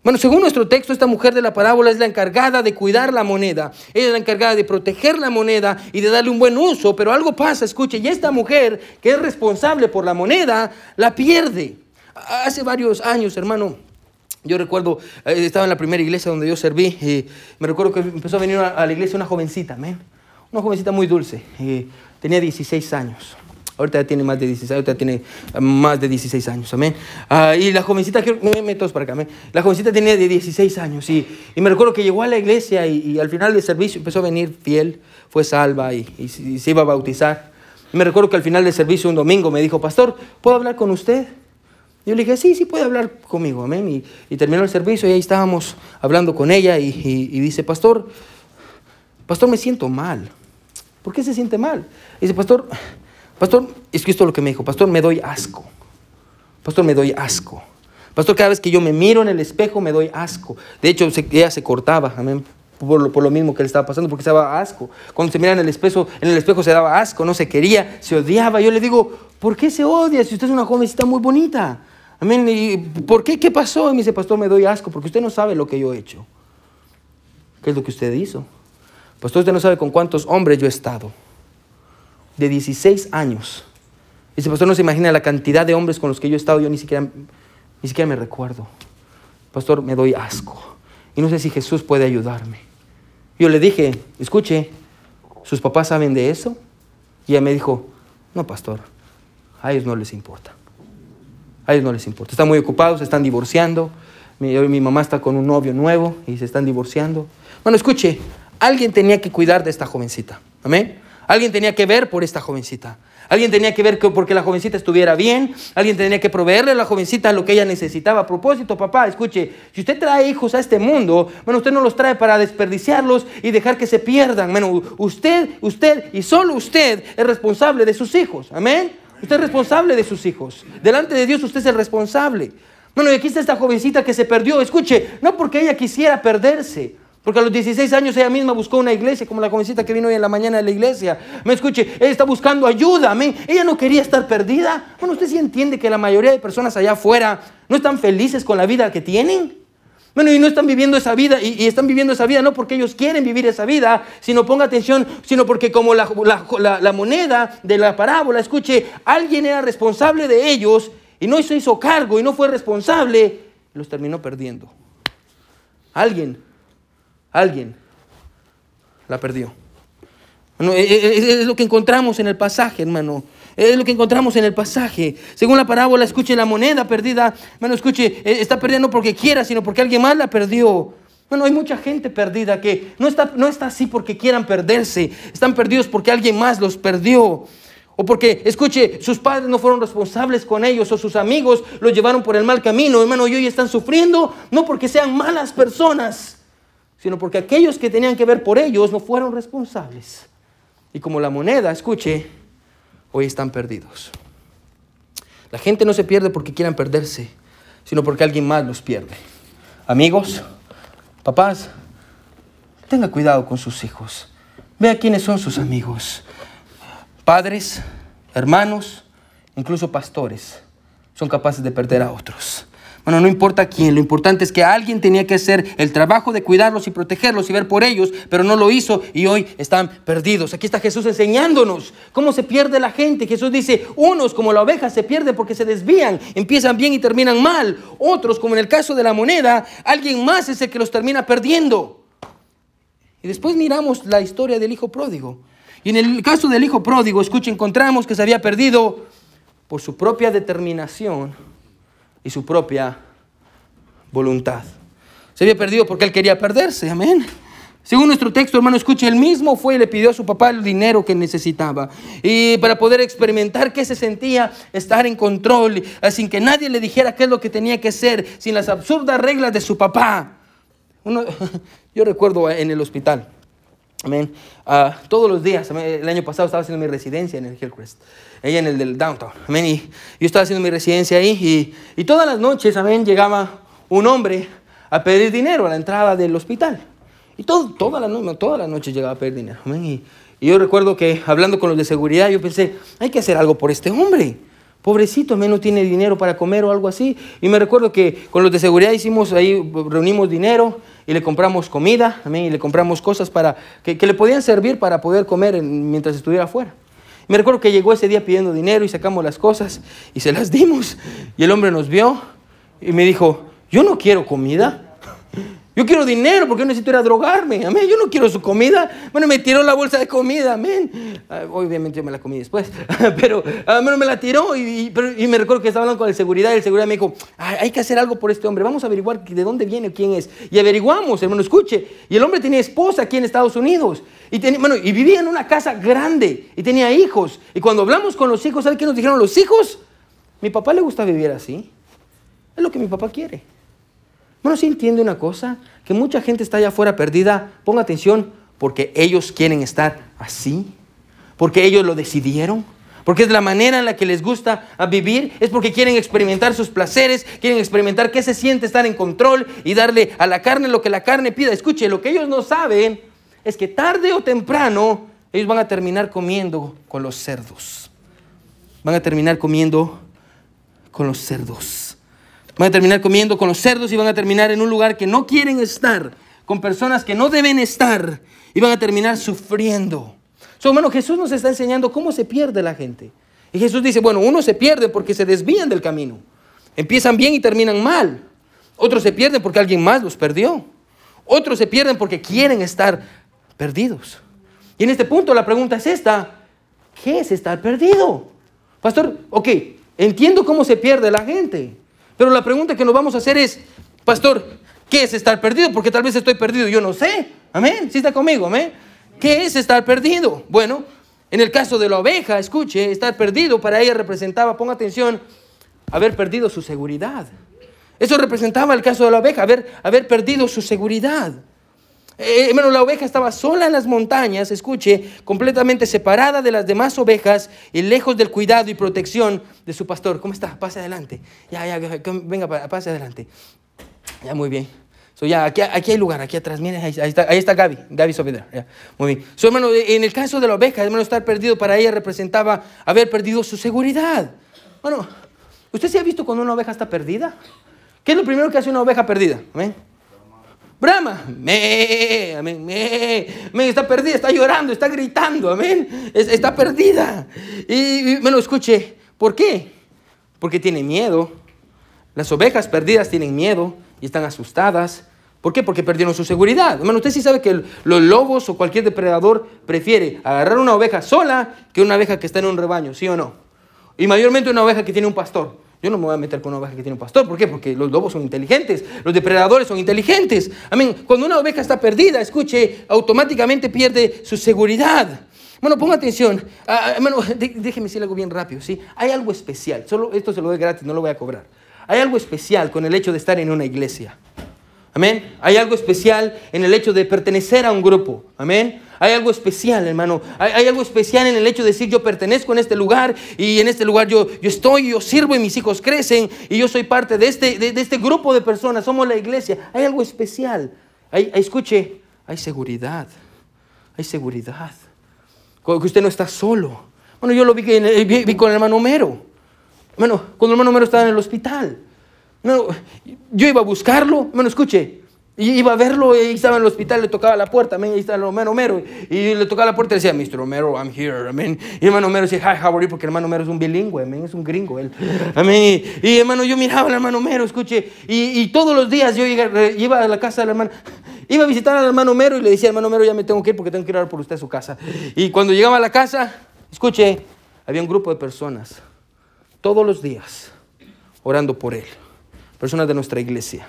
Bueno, según nuestro texto, esta mujer de la parábola es la encargada de cuidar la moneda. Ella es la encargada de proteger la moneda y de darle un buen uso. Pero algo pasa, escuche, y esta mujer que es responsable por la moneda, la pierde. Hace varios años, hermano, yo recuerdo, eh, estaba en la primera iglesia donde yo serví. Y me recuerdo que empezó a venir a, a la iglesia una jovencita, amén. Una jovencita muy dulce. Eh, tenía dieciséis años. Ahorita ya tiene más de dieciséis, ahorita tiene más de dieciséis años, amén. Uh, y la jovencita, que me meto para acá, amén. La jovencita tenía de dieciséis años y, y me recuerdo que llegó a la iglesia y, y al final del servicio empezó a venir fiel, fue salva y, y, y se iba a bautizar. Y me recuerdo que al final del servicio un domingo me dijo, pastor, ¿puedo hablar con usted? Y yo le dije, sí, sí puede hablar conmigo, amén. Y, y terminó el servicio y ahí estábamos hablando con ella y, y, y dice, pastor, pastor, me siento mal. ¿Por qué se siente mal? Y dice, pastor... Pastor, es que esto es lo que me dijo, pastor, me doy asco. Pastor, me doy asco. Pastor, cada vez que yo me miro en el espejo me doy asco. De hecho, se, ella se cortaba, amén, por lo, por lo mismo que le estaba pasando, porque se daba asco. Cuando se mira en el espejo, en el espejo se daba asco, no se quería, se odiaba. Yo le digo, ¿por qué se odia si usted es una jovencita muy bonita? Amén, ¿y por qué? ¿Qué pasó? Y me dice, pastor, me doy asco, porque usted no sabe lo que yo he hecho. ¿Qué es lo que usted hizo? Pastor, usted no sabe con cuántos hombres yo he estado. De dieciséis años. Dice, pastor, no se imagina la cantidad de hombres con los que yo he estado, yo ni siquiera, ni siquiera me recuerdo. Pastor, me doy asco. Y no sé si Jesús puede ayudarme. Yo le dije, escuche, ¿sus papás saben de eso? Y ella me dijo, no, pastor, a ellos no les importa. A ellos no les importa. Están muy ocupados, se están divorciando. Mi, mi mamá está con un novio nuevo y se están divorciando. Bueno, escuche, alguien tenía que cuidar de esta jovencita. Amén. Alguien tenía que ver por esta jovencita. Alguien tenía que ver que porque la jovencita estuviera bien. Alguien tenía que proveerle a la jovencita lo que ella necesitaba. A propósito, papá, escuche, si usted trae hijos a este mundo, bueno, usted no los trae para desperdiciarlos y dejar que se pierdan. Bueno, usted, usted y solo usted es responsable de sus hijos. Amén. Usted es responsable de sus hijos. Delante de Dios usted es el responsable. Bueno, y aquí está esta jovencita que se perdió. Escuche, no porque ella quisiera perderse. Porque a los dieciséis años ella misma buscó una iglesia, como la jovencita que vino hoy en la mañana de la iglesia. Me escuche, ella está buscando ayuda, amén. Ella no quería estar perdida. Bueno, usted sí entiende que la mayoría de personas allá afuera no están felices con la vida que tienen. Bueno, y no están viviendo esa vida, y, y están viviendo esa vida no porque ellos quieren vivir esa vida, sino, ponga atención, sino porque como la, la, la, la moneda de la parábola, escuche, alguien era responsable de ellos y no se hizo cargo y no fue responsable, los terminó perdiendo. Alguien. Alguien la perdió. Bueno, es, es lo que encontramos en el pasaje, hermano. Es lo que encontramos en el pasaje. Según la parábola, escuche, la moneda perdida, hermano, escuche, está perdida no porque quiera, sino porque alguien más la perdió. Bueno, hay mucha gente perdida que no está, no está así porque quieran perderse. Están perdidos porque alguien más los perdió. O porque, escuche, sus padres no fueron responsables con ellos, o sus amigos los llevaron por el mal camino, hermano, y hoy están sufriendo, no porque sean malas personas, sino porque aquellos que tenían que ver por ellos no fueron responsables. Y como la moneda, escuche, hoy están perdidos. La gente no se pierde porque quieran perderse, sino porque alguien más los pierde. Amigos, papás, tenga cuidado con sus hijos. Vea quiénes son sus amigos. Padres, hermanos, incluso pastores, son capaces de perder a otros. Bueno, no importa quién, lo importante es que alguien tenía que hacer el trabajo de cuidarlos y protegerlos y ver por ellos, pero no lo hizo y hoy están perdidos. Aquí está Jesús enseñándonos cómo se pierde la gente. Jesús dice, unos como la oveja se pierden porque se desvían, empiezan bien y terminan mal. Otros, como en el caso de la moneda, alguien más es el que los termina perdiendo. Y después miramos la historia del hijo pródigo. Y en el caso del hijo pródigo, escucha, encontramos que se había perdido por su propia determinación y su propia voluntad. Se había perdido porque él quería perderse, amén. Según nuestro texto, hermano, escuche, él mismo fue y le pidió a su papá el dinero que necesitaba. Y para poder experimentar qué se sentía estar en control, sin que nadie le dijera qué es lo que tenía que hacer, sin las absurdas reglas de su papá. Uno, yo recuerdo en el hospital, amén, uh, todos los días, amén, el año pasado estaba haciendo mi residencia en el Hillcrest, ella en el del downtown, amén, y yo estaba haciendo mi residencia ahí, y, y todas las noches, amén, llegaba un hombre a pedir dinero a la entrada del hospital, y todo, toda la noche, todas las noches llegaba a pedir dinero, amén, y, y yo recuerdo que hablando con los de seguridad, yo pensé, hay que hacer algo por este hombre, Pobrecito, no tiene dinero para comer o algo así. Y me recuerdo que con los de seguridad hicimos ahí, reunimos dinero y le compramos comida, amén, y le compramos cosas para que, que le podían servir para poder comer en, mientras estuviera afuera. Y me recuerdo que llegó ese día pidiendo dinero y sacamos las cosas y se las dimos. Y el hombre nos vio y me dijo, yo no quiero comida. Yo quiero dinero porque yo necesito ir a drogarme, amén. Yo no quiero su comida. Bueno, me tiró la bolsa de comida, amén. Uh, obviamente yo me la comí después, pero uh, bueno, me la tiró y, y, pero, y me recuerdo que estaba hablando con el seguridad y el seguridad me dijo, hay que hacer algo por este hombre, vamos a averiguar de dónde viene, quién es. Y averiguamos, hermano, escuche. Y el hombre tenía esposa aquí en Estados Unidos y, tenía, bueno, y vivía en una casa grande y tenía hijos. Y cuando hablamos con los hijos, ¿sabe qué nos dijeron los hijos? Mi papá le gusta vivir así. Es lo que mi papá quiere. Bueno, sí entiende una cosa, que mucha gente está allá afuera perdida, ponga atención, porque ellos quieren estar así, porque ellos lo decidieron, porque es la manera en la que les gusta vivir, es porque quieren experimentar sus placeres, quieren experimentar qué se siente estar en control y darle a la carne lo que la carne pida. Escuche, lo que ellos no saben es que tarde o temprano ellos van a terminar comiendo con los cerdos, van a terminar comiendo con los cerdos. Van a terminar comiendo con los cerdos y van a terminar en un lugar que no quieren estar, con personas que no deben estar y van a terminar sufriendo. So, hermano, Jesús nos está enseñando cómo se pierde la gente. Y Jesús dice, bueno, unos se pierden porque se desvían del camino. Empiezan bien y terminan mal. Otros se pierden porque alguien más los perdió. Otros se pierden porque quieren estar perdidos. Y en este punto la pregunta es esta, ¿qué es estar perdido? Pastor, ok, entiendo cómo se pierde la gente. Pero la pregunta que nos vamos a hacer es, pastor, ¿qué es estar perdido? Porque tal vez estoy perdido, yo no sé. Amén, ¿sí está conmigo? Amén. ¿Qué es estar perdido? Bueno, en el caso de la oveja, escuche, estar perdido para ella representaba, ponga atención, haber perdido su seguridad. Eso representaba el caso de la oveja, haber, haber perdido su seguridad. Eh, hermano, la oveja estaba sola en las montañas, escuche, completamente separada de las demás ovejas y lejos del cuidado y protección de su pastor. ¿Cómo está? Pase adelante. Ya, ya, venga, pase adelante. Ya, muy bien. So, ya, aquí, aquí hay lugar, aquí atrás. Miren, ahí, ahí está, ahí está Gaby. Gaby Saavedra. Ya, muy bien. So, hermano, en el caso de la oveja, hermano, estar perdido para ella representaba haber perdido su seguridad. Bueno, ¿usted se ha visto cuando una oveja está perdida? ¿Qué es lo primero que hace una oveja perdida? ¿Amén? Brahma, me, amén, me, me, está perdida, está llorando, está gritando, amén, es, está perdida. Y, y bueno, escuche, ¿por qué? Porque tiene miedo. Las ovejas perdidas tienen miedo y están asustadas. ¿Por qué? Porque perdieron su seguridad. Hermano, usted sí sabe que el, los lobos o cualquier depredador prefiere agarrar una oveja sola que una oveja que está en un rebaño, ¿sí o no? Y mayormente una oveja que tiene un pastor. Yo no me voy a meter con una oveja que tiene un pastor. ¿Por qué? Porque los lobos son inteligentes. Los depredadores son inteligentes. Amén. Cuando una oveja está perdida, escuche, automáticamente pierde su seguridad. Bueno, ponga atención. Ah, hermano, déjeme decir algo bien rápido, ¿sí? Hay algo especial. Solo esto se lo doy gratis, no lo voy a cobrar. Hay algo especial con el hecho de estar en una iglesia. Amén. Hay algo especial en el hecho de pertenecer a un grupo. Amén. Hay algo especial, hermano. Hay, hay algo especial en el hecho de decir yo pertenezco en este lugar y en este lugar yo, yo estoy, yo sirvo y mis hijos crecen y yo soy parte de este, de, de este grupo de personas. Somos la iglesia. Hay algo especial. Hay, hay, escuche, hay seguridad. Hay seguridad. Que usted no está solo. Bueno, yo lo vi, vi, vi con el hermano Homero. Bueno, cuando el hermano Homero estaba en el hospital. No, yo iba a buscarlo, bueno, escuche, y iba a verlo, y estaba en el hospital, le tocaba la puerta, amén, ahí está el hermano Homero, y le tocaba la puerta y decía, mister Homero, I'm here, amén, y el hermano Homero decía, hi, how are you, porque el hermano Homero es un bilingüe, amén, es un gringo, él, amén, y, y hermano, yo miraba al hermano Homero, escuche, y, y todos los días yo iba, iba a la casa del hermano, iba a visitar al hermano Homero, y le decía, hermano Homero, ya me tengo que ir, porque tengo que ir a orar por usted a su casa, y cuando llegaba a la casa, escuche, había un grupo de personas, todos los días, orando por él. Personas de nuestra iglesia.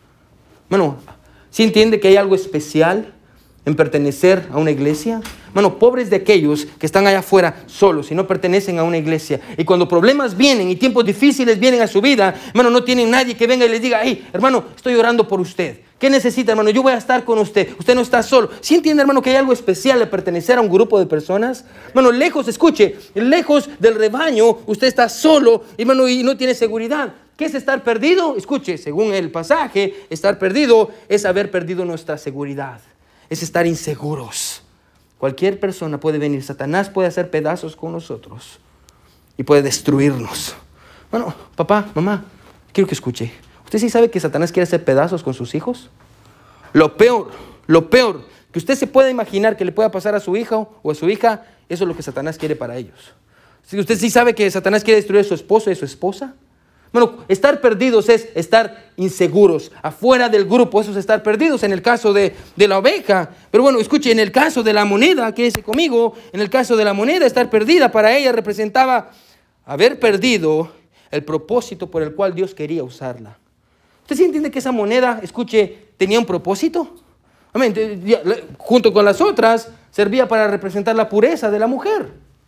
Bueno, ¿sí entiende que hay algo especial en pertenecer a una iglesia? Bueno, pobres de aquellos que están allá afuera solos y no pertenecen a una iglesia. Y cuando problemas vienen y tiempos difíciles vienen a su vida, hermano, no tienen nadie que venga y les diga, hey, hermano, estoy orando por usted. ¿Qué necesita, hermano? Yo voy a estar con usted. Usted no está solo. ¿Sí entiende, hermano, que hay algo especial de pertenecer a un grupo de personas? Hermano, lejos, escuche, lejos del rebaño, usted está solo, hermano, y no tiene seguridad. ¿Qué es estar perdido? Escuche, según el pasaje, estar perdido es haber perdido nuestra seguridad. Es estar inseguros. Cualquier persona puede venir. Satanás puede hacer pedazos con nosotros. y puede destruirnos. Bueno, papá, mamá, quiero que escuche. ¿Usted sí sabe que Satanás quiere hacer pedazos con sus hijos? Lo peor, lo peor que usted se pueda imaginar que le pueda pasar a su hijo o a su hija, eso es lo que Satanás quiere para ellos. ¿Usted sí sabe que Satanás quiere destruir a su esposo y a su esposa? Bueno, estar perdidos es estar inseguros, afuera del grupo, eso es estar perdidos en el caso de, de la oveja. Pero bueno, escuche, en el caso de la moneda, quédese conmigo, en el caso de la moneda, estar perdida para ella representaba haber perdido el propósito por el cual Dios quería usarla. ¿Usted sí entiende que esa moneda, escuche, tenía un propósito? Amén. Junto con las otras, servía para representar la pureza de la mujer.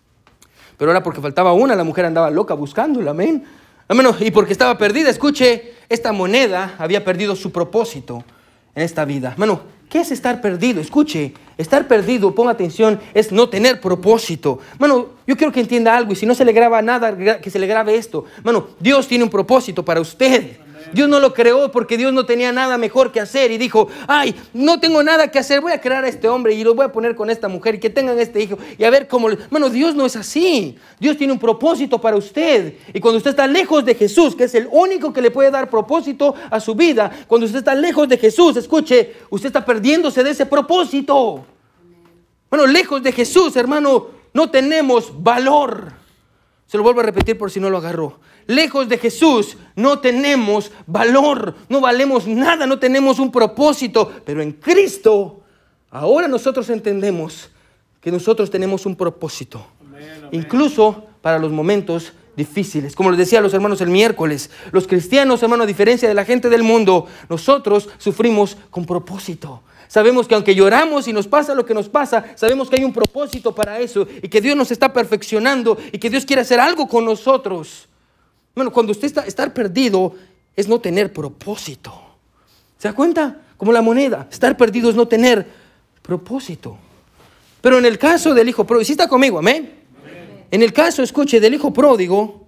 Pero ahora porque faltaba una, la mujer andaba loca buscándola, amén. Amén. Y porque estaba perdida, escuche, esta moneda había perdido su propósito en esta vida. Hermano, ¿qué es estar perdido? Escuche, estar perdido, ponga atención, es no tener propósito. Hermano, yo quiero que entienda algo y si no se le graba nada, que se le grabe esto. Hermano, Dios tiene un propósito para usted. Dios no lo creó porque Dios no tenía nada mejor que hacer y dijo, ay, no tengo nada que hacer, voy a crear a este hombre y lo voy a poner con esta mujer y que tengan este hijo y a ver cómo... Bueno, Dios no es así. Dios tiene un propósito para usted y cuando usted está lejos de Jesús, que es el único que le puede dar propósito a su vida, cuando usted está lejos de Jesús, escuche, usted está perdiéndose de ese propósito. Bueno, lejos de Jesús, hermano, no tenemos valor. Se lo vuelvo a repetir por si no lo agarró. Lejos de Jesús no tenemos valor, no valemos nada, no tenemos un propósito. Pero en Cristo, ahora nosotros entendemos que nosotros tenemos un propósito. Amén, amén. Incluso para los momentos difíciles. Como les decía a los hermanos el miércoles, los cristianos, hermano, a diferencia de la gente del mundo, nosotros sufrimos con propósito. Sabemos que aunque lloramos y nos pasa lo que nos pasa, sabemos que hay un propósito para eso y que Dios nos está perfeccionando y que Dios quiere hacer algo con nosotros. Bueno, cuando usted está estar perdido es no tener propósito. ¿Se da cuenta? Como la moneda. Estar perdido es no tener propósito. Pero en el caso del hijo pródigo, ¿sí está conmigo? Amén. Amén. En el caso, escuche, del hijo pródigo,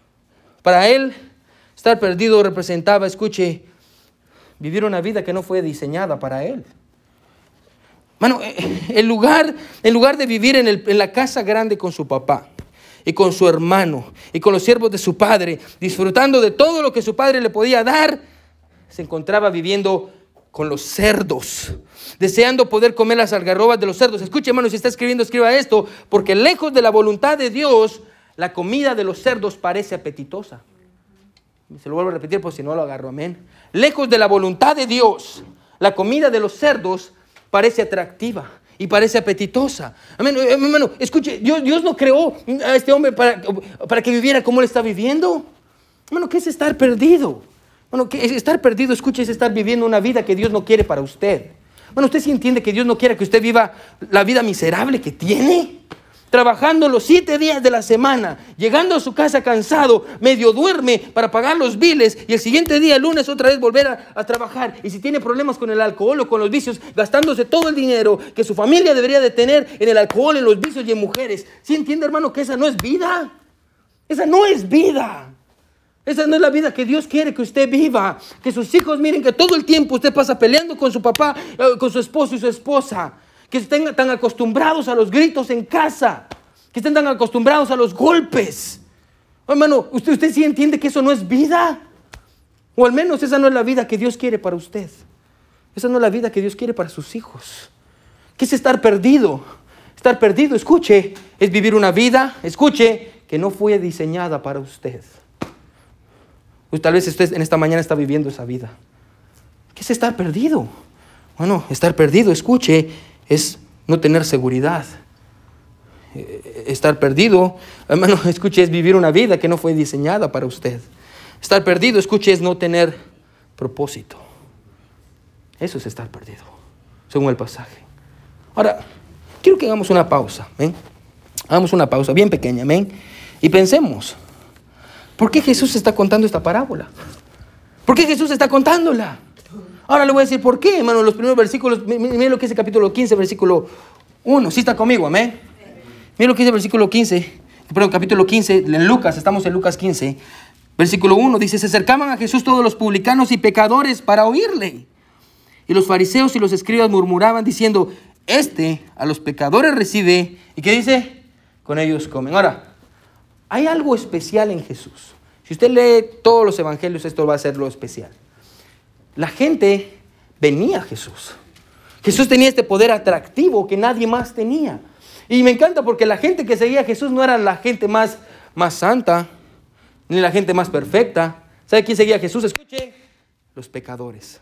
para él estar perdido representaba, escuche, vivir una vida que no fue diseñada para él. Bueno, en lugar, en lugar de vivir en, el, en la casa grande con su papá y con su hermano y con los siervos de su padre, disfrutando de todo lo que su padre le podía dar, se encontraba viviendo con los cerdos, deseando poder comer las algarrobas de los cerdos. Escuche, hermano, si está escribiendo, escriba esto, porque lejos de la voluntad de Dios, la comida de los cerdos parece apetitosa. Se lo vuelvo a repetir por si no lo agarro, amén. Lejos de la voluntad de Dios, la comida de los cerdos parece atractiva y parece apetitosa. Amén, hermano, escuche, Dios, Dios no creó a este hombre para, para que viviera como él está viviendo. Hermano, ¿qué es estar perdido? Bueno, ¿qué es estar perdido? Escuche, es estar viviendo una vida que Dios no quiere para usted. Bueno, ¿usted sí entiende que Dios no quiere que usted viva la vida miserable que tiene? Trabajando los siete días de la semana, llegando a su casa cansado, medio duerme para pagar los biles y el siguiente día, el lunes, otra vez volver a, a trabajar. Y si tiene problemas con el alcohol o con los vicios, gastándose todo el dinero que su familia debería de tener en el alcohol, en los vicios y en mujeres. ¿Sí entiende, hermano, que esa no es vida? Esa no es vida. Esa no es la vida que Dios quiere que usted viva. Que sus hijos miren que todo el tiempo usted pasa peleando con su papá, eh, con su esposo y su esposa. Que estén tan acostumbrados a los gritos en casa. Que estén tan acostumbrados a los golpes. Oh, hermano, ¿usted, ¿usted sí entiende que eso no es vida? O al menos esa no es la vida que Dios quiere para usted. Esa no es la vida que Dios quiere para sus hijos. ¿Qué es estar perdido? Estar perdido, escuche, es vivir una vida, escuche, que no fue diseñada para usted. Pues tal vez usted en esta mañana está viviendo esa vida. ¿Qué es estar perdido? Bueno, estar perdido, escuche, es no tener seguridad. Estar perdido, hermano, escuche, es vivir una vida que no fue diseñada para usted. Estar perdido, escuche, es no tener propósito. Eso es estar perdido, según el pasaje. Ahora, quiero que hagamos una pausa, ¿ven? Hagamos una pausa bien pequeña, ¿ven? Y pensemos, ¿por qué Jesús está contando esta parábola? ¿Por qué Jesús está contándola? Ahora le voy a decir por qué, hermano, los primeros versículos. Miren lo que es el capítulo quince, versículo uno. ¿Sí está conmigo, amén? Miren lo que dice el versículo quince, perdón, capítulo quince, en Lucas, estamos en Lucas quince, versículo uno, dice, se acercaban a Jesús todos los publicanos y pecadores para oírle. Y los fariseos y los escribas murmuraban diciendo, este a los pecadores recibe, ¿y qué dice? Con ellos comen. Ahora, Hay algo especial en Jesús. Si usted lee todos los evangelios, esto va a ser lo especial. La gente venía a Jesús. Jesús tenía este poder atractivo que nadie más tenía. Y me encanta porque la gente que seguía a Jesús no era la gente más, más santa, ni la gente más perfecta. ¿Sabe quién seguía a Jesús? Escuche, los pecadores,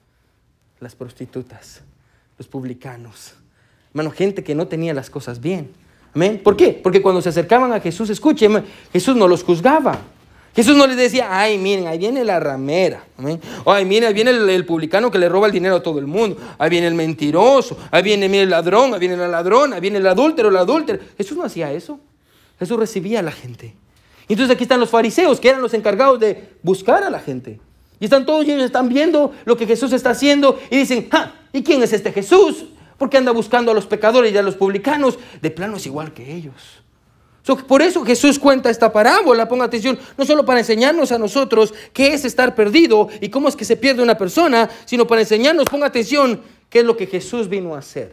las prostitutas, los publicanos. Hermano, gente que no tenía las cosas bien. ¿Amén? ¿Por qué? Porque cuando se acercaban a Jesús, escuche, Jesús no los juzgaba. Jesús no les decía, ay, miren, ahí viene la ramera. ¿Amén? Ay, miren, ahí viene el, el publicano que le roba el dinero a todo el mundo. Ahí viene el mentiroso. Ahí viene, mire, el ladrón. Ahí viene la ladrona. Ahí viene el adúltero, el adúltero. Jesús no hacía eso. Jesús recibía a la gente. Entonces aquí están los fariseos, que eran los encargados de buscar a la gente. Y están todos ellos, están viendo lo que Jesús está haciendo y dicen, ¡ah! ¿Y quién es este Jesús? Porque anda buscando a los pecadores y a los publicanos. De plano es igual que ellos. So, por eso Jesús cuenta esta parábola, ponga atención, no solo para enseñarnos a nosotros qué es estar perdido y cómo es que se pierde una persona, sino para enseñarnos, ponga atención, qué es lo que Jesús vino a hacer.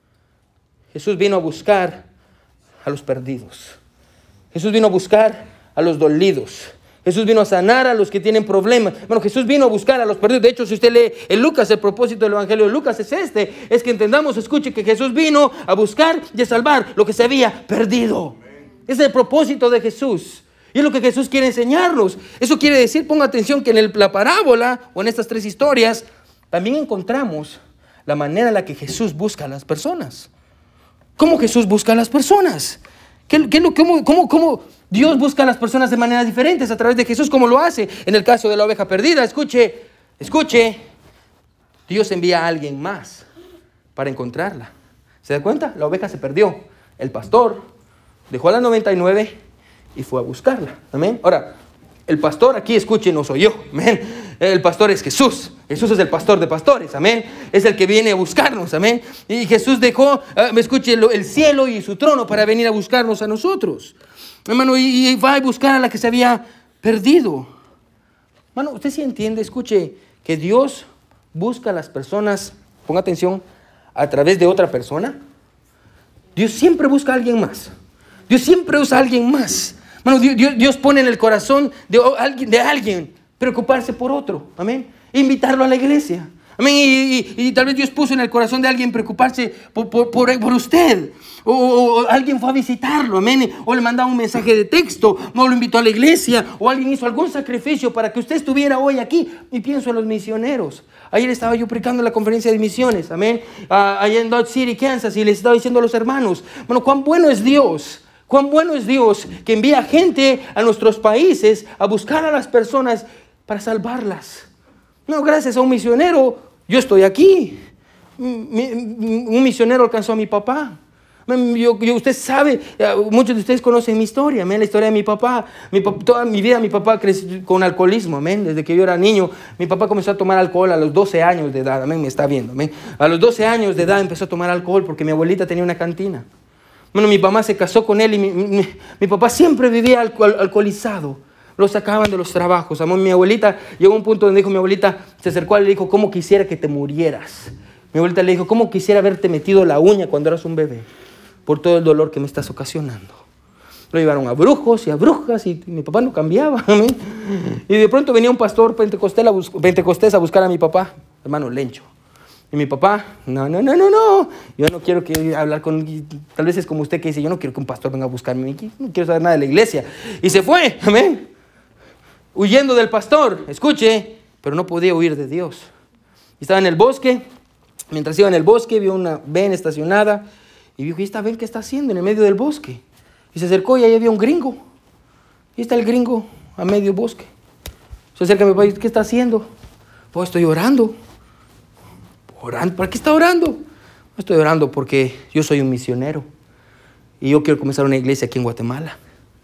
Jesús vino a buscar a los perdidos. Jesús vino a buscar a los dolidos. Jesús vino a sanar a los que tienen problemas. Bueno, Jesús vino a buscar a los perdidos. De hecho, si usted lee en Lucas, el propósito del Evangelio de Lucas es este. Es que entendamos, escuche, que Jesús vino a buscar y a salvar lo que se había perdido. Ese es el propósito de Jesús. Y es lo que Jesús quiere enseñarnos. Eso quiere decir, ponga atención, que en el, la parábola o en estas tres historias también encontramos la manera en la que Jesús busca a las personas. ¿Cómo Jesús busca a las personas? ¿Qué, qué, cómo, cómo, ¿Cómo Dios busca a las personas de maneras diferentes a través de Jesús? ¿Cómo lo hace? En el caso de la oveja perdida, escuche, escuche, Dios envía a alguien más para encontrarla. ¿Se da cuenta? La oveja se perdió. El pastor dejó a las noventa y nueve y fue a buscarla. Amén. Ahora, el pastor aquí, escuche, no soy yo. Amén. El pastor es Jesús. Jesús es el pastor de pastores. Amén. Es el que viene a buscarnos. Amén. Y Jesús dejó, uh, escuche, el cielo y su trono para venir a buscarnos a nosotros. Hermano, y, y va a buscar a la que se había perdido. Hermano, usted sí entiende, escuche, que Dios busca a las personas, ponga atención, a través de otra persona. Dios siempre busca a alguien más. Dios siempre usa a alguien más. Bueno, Dios, Dios, Dios pone en el corazón de alguien, de alguien preocuparse por otro. Amén. Invitarlo a la iglesia. Amén. Y, y, y tal vez Dios puso en el corazón de alguien preocuparse por, por, por, por usted. O, o, o alguien fue a visitarlo. Amén. O le mandaba un mensaje de texto. O lo invitó a la iglesia. O alguien hizo algún sacrificio para que usted estuviera hoy aquí. Y pienso en los misioneros. Ayer estaba yo predicando en la conferencia de misiones. Amén. Uh, allá en Dodge City, Kansas. Y les estaba diciendo a los hermanos. Bueno, cuán bueno es Dios. Cuán bueno es Dios que envía gente a nuestros países a buscar a las personas para salvarlas. No, gracias a un misionero, yo estoy aquí. Un misionero alcanzó a mi papá. Yo, yo, usted sabe, muchos de ustedes conocen mi historia, amén, la historia de mi papá. Mi, toda mi vida mi papá creció con alcoholismo, amén. Desde que yo era niño, mi papá comenzó a tomar alcohol a los doce años de edad, amén, me está viendo, amén. A los doce años de edad empezó a tomar alcohol porque mi abuelita tenía una cantina. Bueno, mi mamá se casó con él y mi, mi, mi papá siempre vivía alcohol, alcoholizado. Lo sacaban de los trabajos. Amor, mi abuelita llegó a un punto donde dijo, mi abuelita se acercó a él y le dijo, ¿cómo quisiera que te murieras? Mi abuelita le dijo, ¿cómo quisiera haberte metido la uña cuando eras un bebé? Por todo el dolor que me estás ocasionando. Lo llevaron a brujos y a brujas y mi papá no cambiaba. ¿Amén? Y de pronto venía un pastor pentecostés a, bus- pentecostés a buscar a mi papá, hermano Lencho. Y mi papá, no, no, no, no, no. Yo no quiero que hablar con... Tal vez es como usted que dice, yo no quiero que un pastor venga a buscarme. No quiero saber nada de la iglesia. Y se fue, amén. Huyendo del pastor, escuche, pero no podía huir de Dios. Estaba en el bosque. Mientras iba en el bosque, vio una van estacionada. Y dijo, ¿y esta van qué está haciendo en el medio del bosque? Y se acercó y ahí había un gringo. Y está el gringo a medio bosque. Se acerca a mi papá y dice, ¿qué está haciendo? Pues estoy orando. Orando. ¿Para qué está orando? Estoy orando porque yo soy un misionero y yo quiero comenzar una iglesia aquí en Guatemala.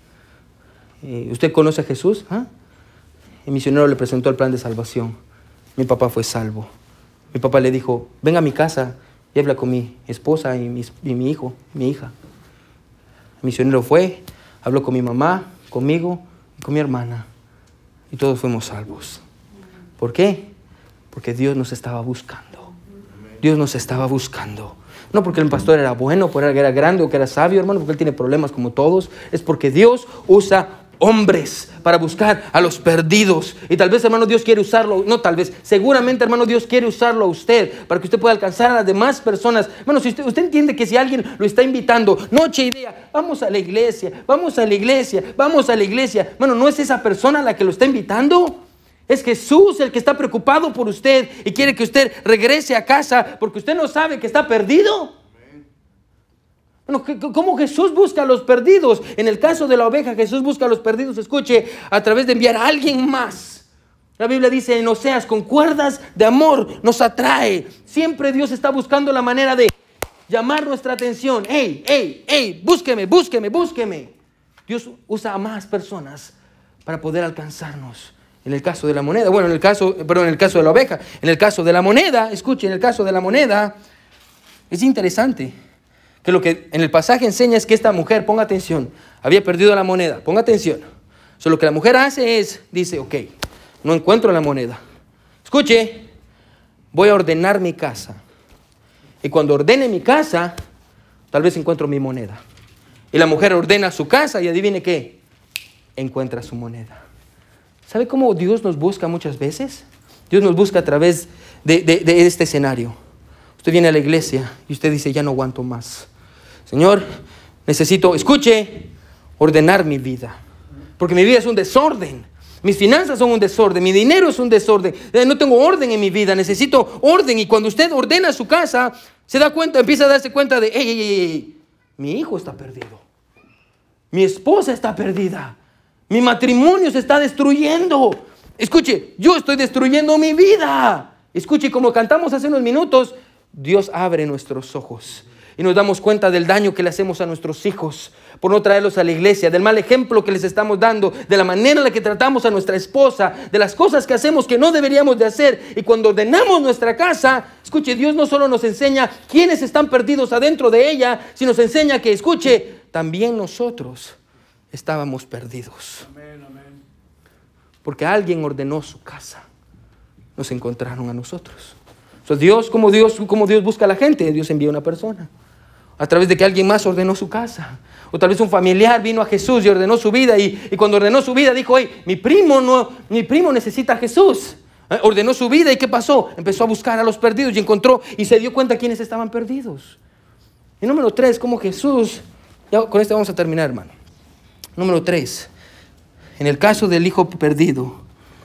Eh, ¿Usted conoce a Jesús? ¿Ah? El misionero le presentó el plan de salvación. Mi papá fue salvo. Mi papá le dijo, venga a mi casa y habla con mi esposa y mi, y mi hijo, mi hija. El misionero fue, habló con mi mamá, conmigo y con mi hermana. Y todos fuimos salvos. ¿Por qué? Porque Dios nos estaba buscando. Dios nos estaba buscando. No porque el pastor era bueno, porque era grande o que era sabio, hermano, porque él tiene problemas como todos. Es porque Dios usa hombres para buscar a los perdidos. Y tal vez, hermano, Dios quiere usarlo. No, tal vez. Seguramente, hermano, Dios quiere usarlo a usted para que usted pueda alcanzar a las demás personas. Hermano, si usted, usted entiende que si alguien lo está invitando, noche y día, vamos a la iglesia, vamos a la iglesia, vamos a la iglesia. Hermano, ¿no es esa persona la que lo está invitando? Es Jesús el que está preocupado por usted y quiere que usted regrese a casa porque usted no sabe que está perdido. Bueno, ¿cómo Jesús busca a los perdidos? En el caso de la oveja, Jesús busca a los perdidos, escuche, a través de enviar a alguien más. La Biblia dice en Oseas, con cuerdas de amor nos atrae. Siempre Dios está buscando la manera de llamar nuestra atención. ¡Ey, ey, ey! Búsqueme, búsqueme, búsqueme. Dios usa a más personas para poder alcanzarnos. En el caso de la moneda, bueno, en el caso, perdón, en el caso de la oveja, en el caso de la moneda, escuche, en el caso de la moneda, es interesante que lo que en el pasaje enseña es que esta mujer, ponga atención, había perdido la moneda, ponga atención. So, lo que la mujer hace es, dice, ok, no encuentro la moneda. Escuche, voy a ordenar mi casa. Y cuando ordene mi casa, tal vez encuentro mi moneda. Y la mujer ordena su casa y adivine qué, encuentra su moneda. ¿Sabe cómo Dios nos busca muchas veces? Dios nos busca a través de, de, de este escenario. Usted viene a la iglesia y usted dice, ya no aguanto más. Señor, necesito, escuche, ordenar mi vida. Porque mi vida es un desorden. Mis finanzas son un desorden. Mi dinero es un desorden. No tengo orden en mi vida. Necesito orden. Y cuando usted ordena su casa, se da cuenta, empieza a darse cuenta de, ey, ey, ey, mi hijo está perdido. Mi esposa está perdida. Mi matrimonio se está destruyendo. Escuche, yo estoy destruyendo mi vida. Escuche, como cantamos hace unos minutos, Dios abre nuestros ojos y nos damos cuenta del daño que le hacemos a nuestros hijos por no traerlos a la iglesia, del mal ejemplo que les estamos dando, de la manera en la que tratamos a nuestra esposa, de las cosas que hacemos que no deberíamos de hacer. Y cuando ordenamos nuestra casa, escuche, Dios no solo nos enseña quiénes están perdidos adentro de ella, sino nos enseña que, escuche, también nosotros estábamos perdidos. Amén, amén. Porque alguien ordenó su casa, nos encontraron a nosotros. So, Dios, como Dios, como Dios busca a la gente, Dios envía a una persona a través de que alguien más ordenó su casa. O tal vez un familiar vino a Jesús y ordenó su vida. Y, y cuando ordenó su vida dijo, hey, mi primo, no, mi primo necesita a Jesús. Eh, ordenó su vida y ¿qué pasó? Empezó a buscar a los perdidos y encontró y se dio cuenta quiénes estaban perdidos. Y número tres, como Jesús, ya con esto vamos a terminar, hermano. Número tres, en el caso del hijo perdido,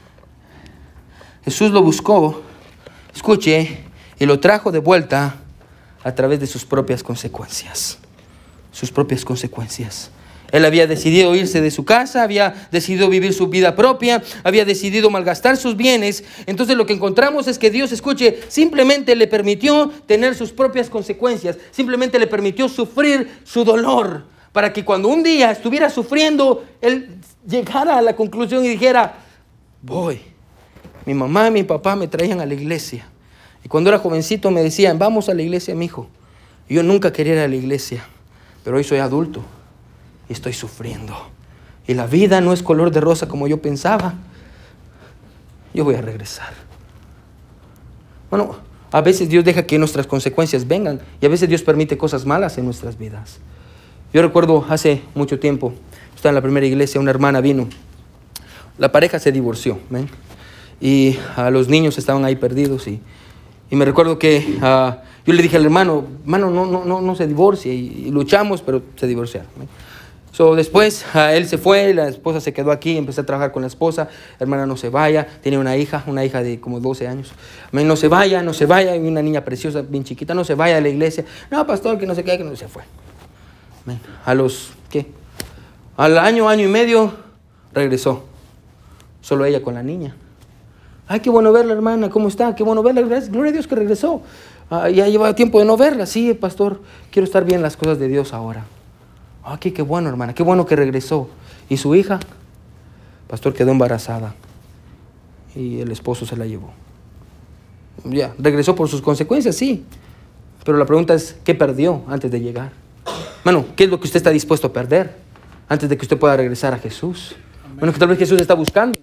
Jesús lo buscó, escuche, y lo trajo de vuelta a través de sus propias consecuencias. Sus propias consecuencias. Él había decidido irse de su casa, había decidido vivir su vida propia, había decidido malgastar sus bienes. Entonces lo que encontramos es que Dios, escuche, simplemente le permitió tener sus propias consecuencias. Simplemente le permitió sufrir su dolor. Para que cuando un día estuviera sufriendo, él llegara a la conclusión y dijera, voy. Mi mamá y mi papá me traían a la iglesia. Y cuando era jovencito me decían, vamos a la iglesia, mijo. Y yo nunca quería ir a la iglesia. Pero hoy soy adulto y estoy sufriendo. Y la vida no es color de rosa como yo pensaba. Yo voy a regresar. Bueno, a veces Dios deja que nuestras consecuencias vengan. Y a veces Dios permite cosas malas en nuestras vidas. Yo recuerdo hace mucho tiempo, estaba en la primera iglesia, una hermana vino. La pareja se divorció, ¿ven? Y uh, los niños estaban ahí perdidos. Y, y me recuerdo que uh, yo le dije al hermano, hermano, no, no, no, no se divorcie. Y, y luchamos, pero se divorciaron. ¿ven? So, después uh, él se fue, la esposa se quedó aquí, empecé a trabajar con la esposa. Hermana, no se vaya, tiene una hija, una hija de como doce años. No se vaya, no se vaya, y una niña preciosa, bien chiquita, no se vaya a la iglesia. No, pastor, que no se quede, que no se fue. A los, ¿qué? Al año, año y medio, regresó. Solo ella con la niña. Ay, qué bueno verla, hermana, ¿cómo está? Qué bueno verla, gracias, gloria a Dios que regresó. Ah, ya llevaba tiempo de no verla. Sí, pastor, quiero estar bien las cosas de Dios ahora. Ah, qué, qué bueno, hermana, qué bueno que regresó. ¿Y su hija? Pastor, quedó embarazada. Y el esposo se la llevó. Ya, regresó por sus consecuencias, sí. Pero la pregunta es, ¿qué perdió antes de llegar? Bueno, ¿qué es lo que usted está dispuesto a perder antes de que usted pueda regresar a Jesús? Amén. Bueno, que tal vez Jesús está buscándolo.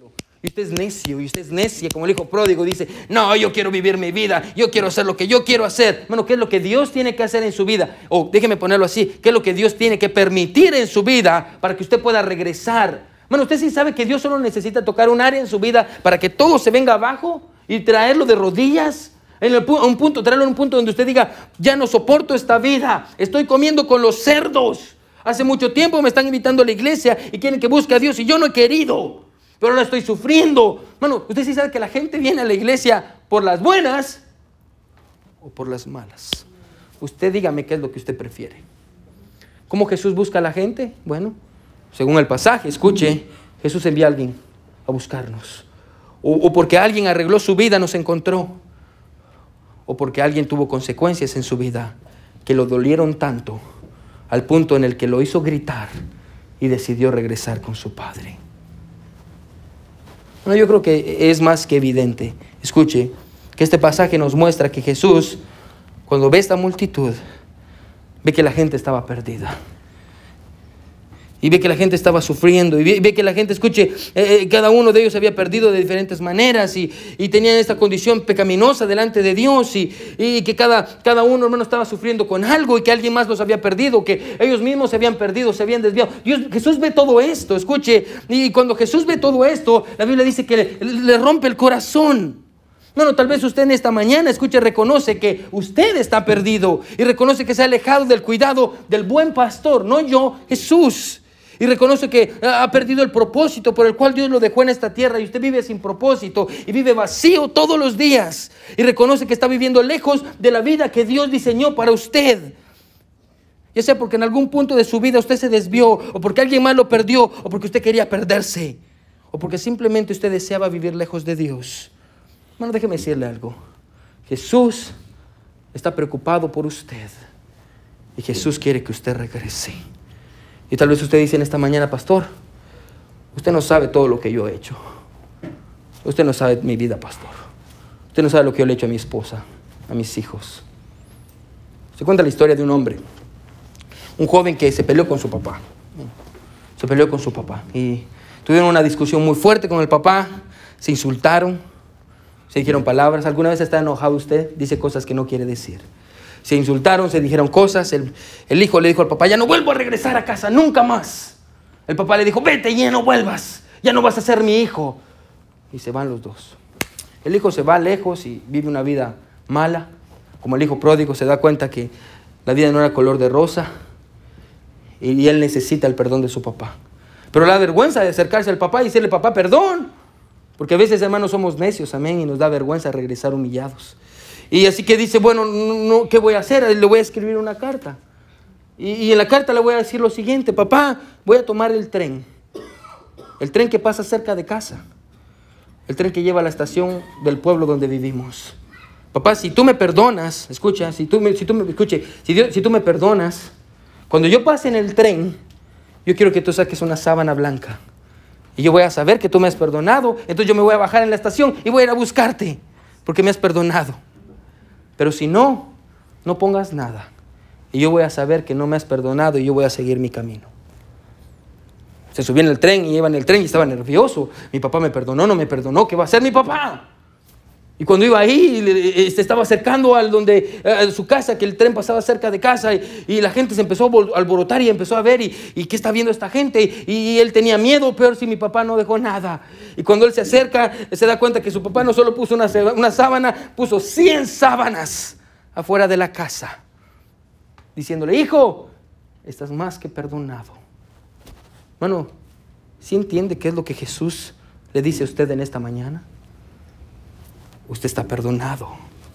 y usted es necio, y usted es necia, como el hijo pródigo dice, no, yo quiero vivir mi vida, yo quiero hacer lo que yo quiero hacer. Bueno, ¿qué es lo que Dios tiene que hacer en su vida? O déjeme ponerlo así, ¿qué es lo que Dios tiene que permitir en su vida para que usted pueda regresar? Bueno, usted sí sabe que Dios solo necesita tocar un área en su vida para que todo se venga abajo y traerlo de rodillas. En el, un punto, traerlo en un punto donde usted diga, ya no soporto esta vida, estoy comiendo con los cerdos. Hace mucho tiempo me están invitando a la iglesia y quieren que busque a Dios y yo no he querido, pero ahora estoy sufriendo. Bueno, usted sí sabe que la gente viene a la iglesia por las buenas o por las malas. Usted dígame qué es lo que usted prefiere. ¿Cómo Jesús busca a la gente? Bueno, según el pasaje, escuche, Jesús envía a alguien a buscarnos. O, o porque alguien arregló su vida, nos encontró. O porque alguien tuvo consecuencias en su vida que lo dolieron tanto al punto en el que lo hizo gritar y decidió regresar con su padre. Bueno, yo creo que es más que evidente. Escuche, que este pasaje nos muestra que Jesús, cuando ve esta multitud, ve que la gente estaba perdida. Y ve que la gente estaba sufriendo. Y ve, ve que la gente, escuche, eh, cada uno de ellos se había perdido de diferentes maneras. Y, y tenían esta condición pecaminosa delante de Dios. Y, y que cada, cada uno, hermano, estaba sufriendo con algo. Y que alguien más los había perdido. Que ellos mismos se habían perdido, se habían desviado. Dios, Jesús ve todo esto, escuche. Y cuando Jesús ve todo esto, la Biblia dice que le, le rompe el corazón. Bueno, tal vez usted en esta mañana, escuche, reconoce que usted está perdido. Y reconoce que se ha alejado del cuidado del buen pastor. No yo, Jesús. Y reconoce que ha perdido el propósito por el cual Dios lo dejó en esta tierra. Y usted vive sin propósito y vive vacío todos los días. Y reconoce que está viviendo lejos de la vida que Dios diseñó para usted. Ya sea porque en algún punto de su vida usted se desvió, o porque alguien más lo perdió, o porque usted quería perderse, o porque simplemente usted deseaba vivir lejos de Dios. Bueno, déjeme decirle algo. Jesús está preocupado por usted. Y Jesús quiere que usted regrese. Y tal vez usted dice en esta mañana, pastor, usted no sabe todo lo que yo he hecho. Usted no sabe mi vida, pastor. Usted no sabe lo que yo le he hecho a mi esposa, a mis hijos. Se cuenta la historia de un hombre, un joven que se peleó con su papá. Se peleó con su papá. Y tuvieron una discusión muy fuerte con el papá. Se insultaron, se dijeron palabras. ¿Alguna vez está enojado usted? Dice cosas que no quiere decir. Se insultaron, se dijeron cosas. El, el hijo le dijo al papá, ya no vuelvo a regresar a casa, nunca más. El papá le dijo, vete y ya no vuelvas, ya no vas a ser mi hijo. Y se van los dos. El hijo se va lejos y vive una vida mala. Como el hijo pródigo se da cuenta que la vida no era color de rosa. Y él necesita el perdón de su papá. Pero la vergüenza de acercarse al papá y decirle, papá, perdón. Porque a veces, hermanos, somos necios, amén, y nos da vergüenza regresar humillados. Y así que dice, bueno, no, ¿qué voy a hacer? Le voy a escribir una carta. Y, y en la carta le voy a decir lo siguiente, papá, voy a tomar el tren. El tren que pasa cerca de casa. El tren que lleva a la estación del pueblo donde vivimos. Papá, si tú me perdonas, escucha, si tú me, si tú me, escuche, si, Dios, si tú me perdonas, cuando yo pase en el tren, yo quiero que tú saques una sábana blanca. Y yo voy a saber que tú me has perdonado. Entonces yo me voy a bajar en la estación y voy a ir a buscarte, porque me has perdonado. Pero si no, no pongas nada. Y yo voy a saber que no me has perdonado y yo voy a seguir mi camino. Se subió en el tren y iba en el tren y estaba nervioso. Mi papá me perdonó, no me perdonó. ¿Qué va a hacer mi papá? Y cuando iba ahí, se estaba acercando al donde, a su casa, que el tren pasaba cerca de casa, y, y la gente se empezó a alborotar y empezó a ver, y, y ¿qué está viendo esta gente? Y, y él tenía miedo, peor si mi papá no dejó nada. Y cuando él se acerca, se da cuenta que su papá no solo puso una, una sábana, puso cien sábanas afuera de la casa, diciéndole, hijo, estás más que perdonado. Bueno, ¿sí entiende qué es lo que Jesús le dice a usted en esta mañana? Usted está perdonado.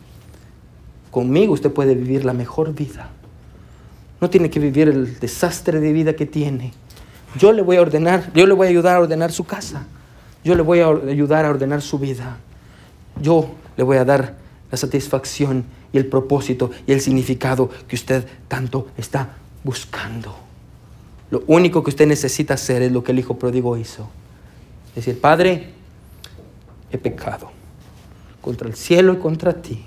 Conmigo usted puede vivir la mejor vida. No tiene que vivir el desastre de vida que tiene. Yo le voy a ordenar, yo le voy a ayudar a ordenar su casa. Yo le voy a ayudar a ordenar su vida. Yo le voy a dar la satisfacción y el propósito y el significado que usted tanto está buscando. Lo único que usted necesita hacer es lo que el hijo pródigo hizo. Decir, Padre, he pecado contra el cielo y contra ti.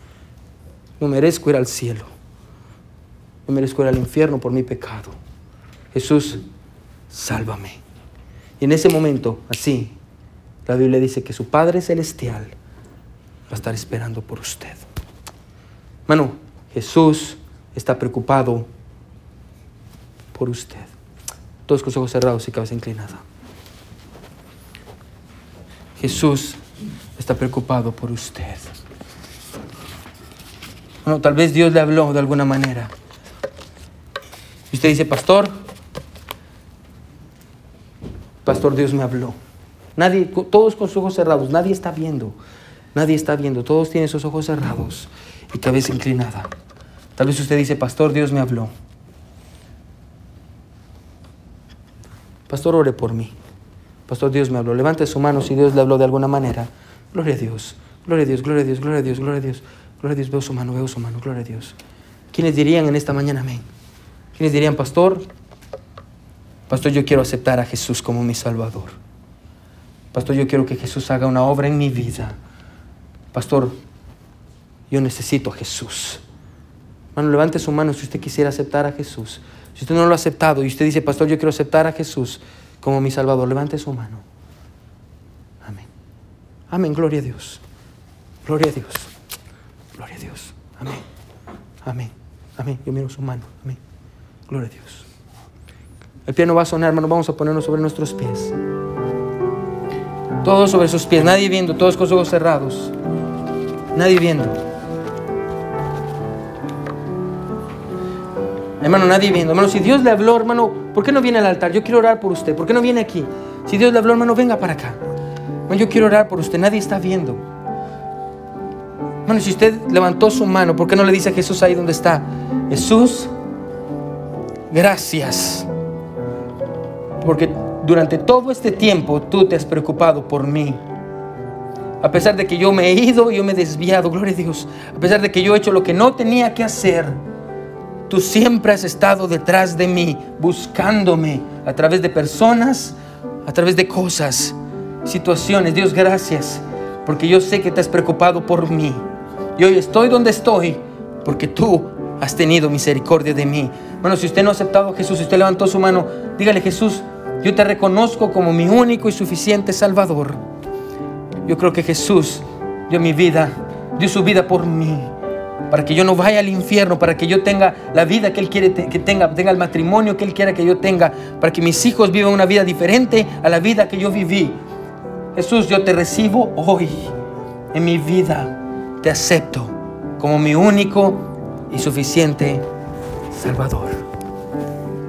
No merezco ir al cielo. No merezco ir al infierno por mi pecado. Jesús, sálvame. Y en ese momento, así, La Biblia dice que su Padre Celestial va a estar esperando por usted. Hermano, Jesús está preocupado por usted. Todos con los ojos cerrados y cabeza inclinada. Jesús está preocupado por usted. Bueno, tal vez Dios le habló de alguna manera. Y usted dice, pastor, pastor, Dios me habló. Nadie, todos con sus ojos cerrados, nadie está viendo. Nadie está viendo, todos tienen sus ojos cerrados y cabeza inclinada. Tal vez usted dice, pastor, Dios me habló. Pastor, ore por mí. Pastor, Dios me habló. Levante su mano si Dios le habló de alguna manera. Gloria a Dios, gloria a Dios, gloria a Dios, gloria a Dios, gloria a Dios. Gloria a Dios, veo su mano, veo su mano, gloria a Dios. ¿Quiénes dirían en esta mañana amén? ¿Quiénes dirían, pastor? Pastor, yo quiero aceptar a Jesús como mi Salvador. Pastor, yo quiero que Jesús haga una obra en mi vida. Pastor, yo necesito a Jesús. Hermano, levante su mano si usted quisiera aceptar a Jesús. Si usted no lo ha aceptado y usted dice, pastor, yo quiero aceptar a Jesús como mi Salvador, levante su mano. Amén. Amén, gloria a Dios. Gloria a Dios. Gloria a Dios. Amén. Amén. Amén. Yo miro su mano. Amén. Gloria a Dios. El piano va a sonar, hermano. Vamos a ponernos sobre nuestros pies. Todos sobre sus pies. Nadie viendo. Todos con los ojos cerrados. Nadie viendo. Hermano, nadie viendo. Hermano, si Dios le habló, hermano, ¿por qué no viene al altar? Yo quiero orar por usted. ¿Por qué no viene aquí? Si Dios le habló, hermano, venga para acá. Hermano, yo quiero orar por usted. Nadie está viendo. Hermano, si usted levantó su mano, ¿por qué no le dice a Jesús ahí donde está? Jesús, gracias. Porque durante todo este tiempo tú te has preocupado por mí. A pesar de que yo me he ido, yo me he desviado, gloria a Dios. A pesar de que yo he hecho lo que no tenía que hacer, tú siempre has estado detrás de mí, buscándome a través de personas, a través de cosas, situaciones. Dios, gracias, porque yo sé que te has preocupado por mí. Y hoy estoy donde estoy porque tú has tenido misericordia de mí. Bueno, si usted no ha aceptado a Jesús, si usted levantó su mano, dígale, Jesús, yo te reconozco como mi único y suficiente Salvador. Yo creo que Jesús dio mi vida, dio su vida por mí, para que yo no vaya al infierno, para que yo tenga la vida que Él quiere que tenga, tenga el matrimonio que Él quiera que yo tenga, para que mis hijos vivan una vida diferente a la vida que yo viví. Jesús, yo te recibo hoy en mi vida. Te acepto como mi único y suficiente Salvador.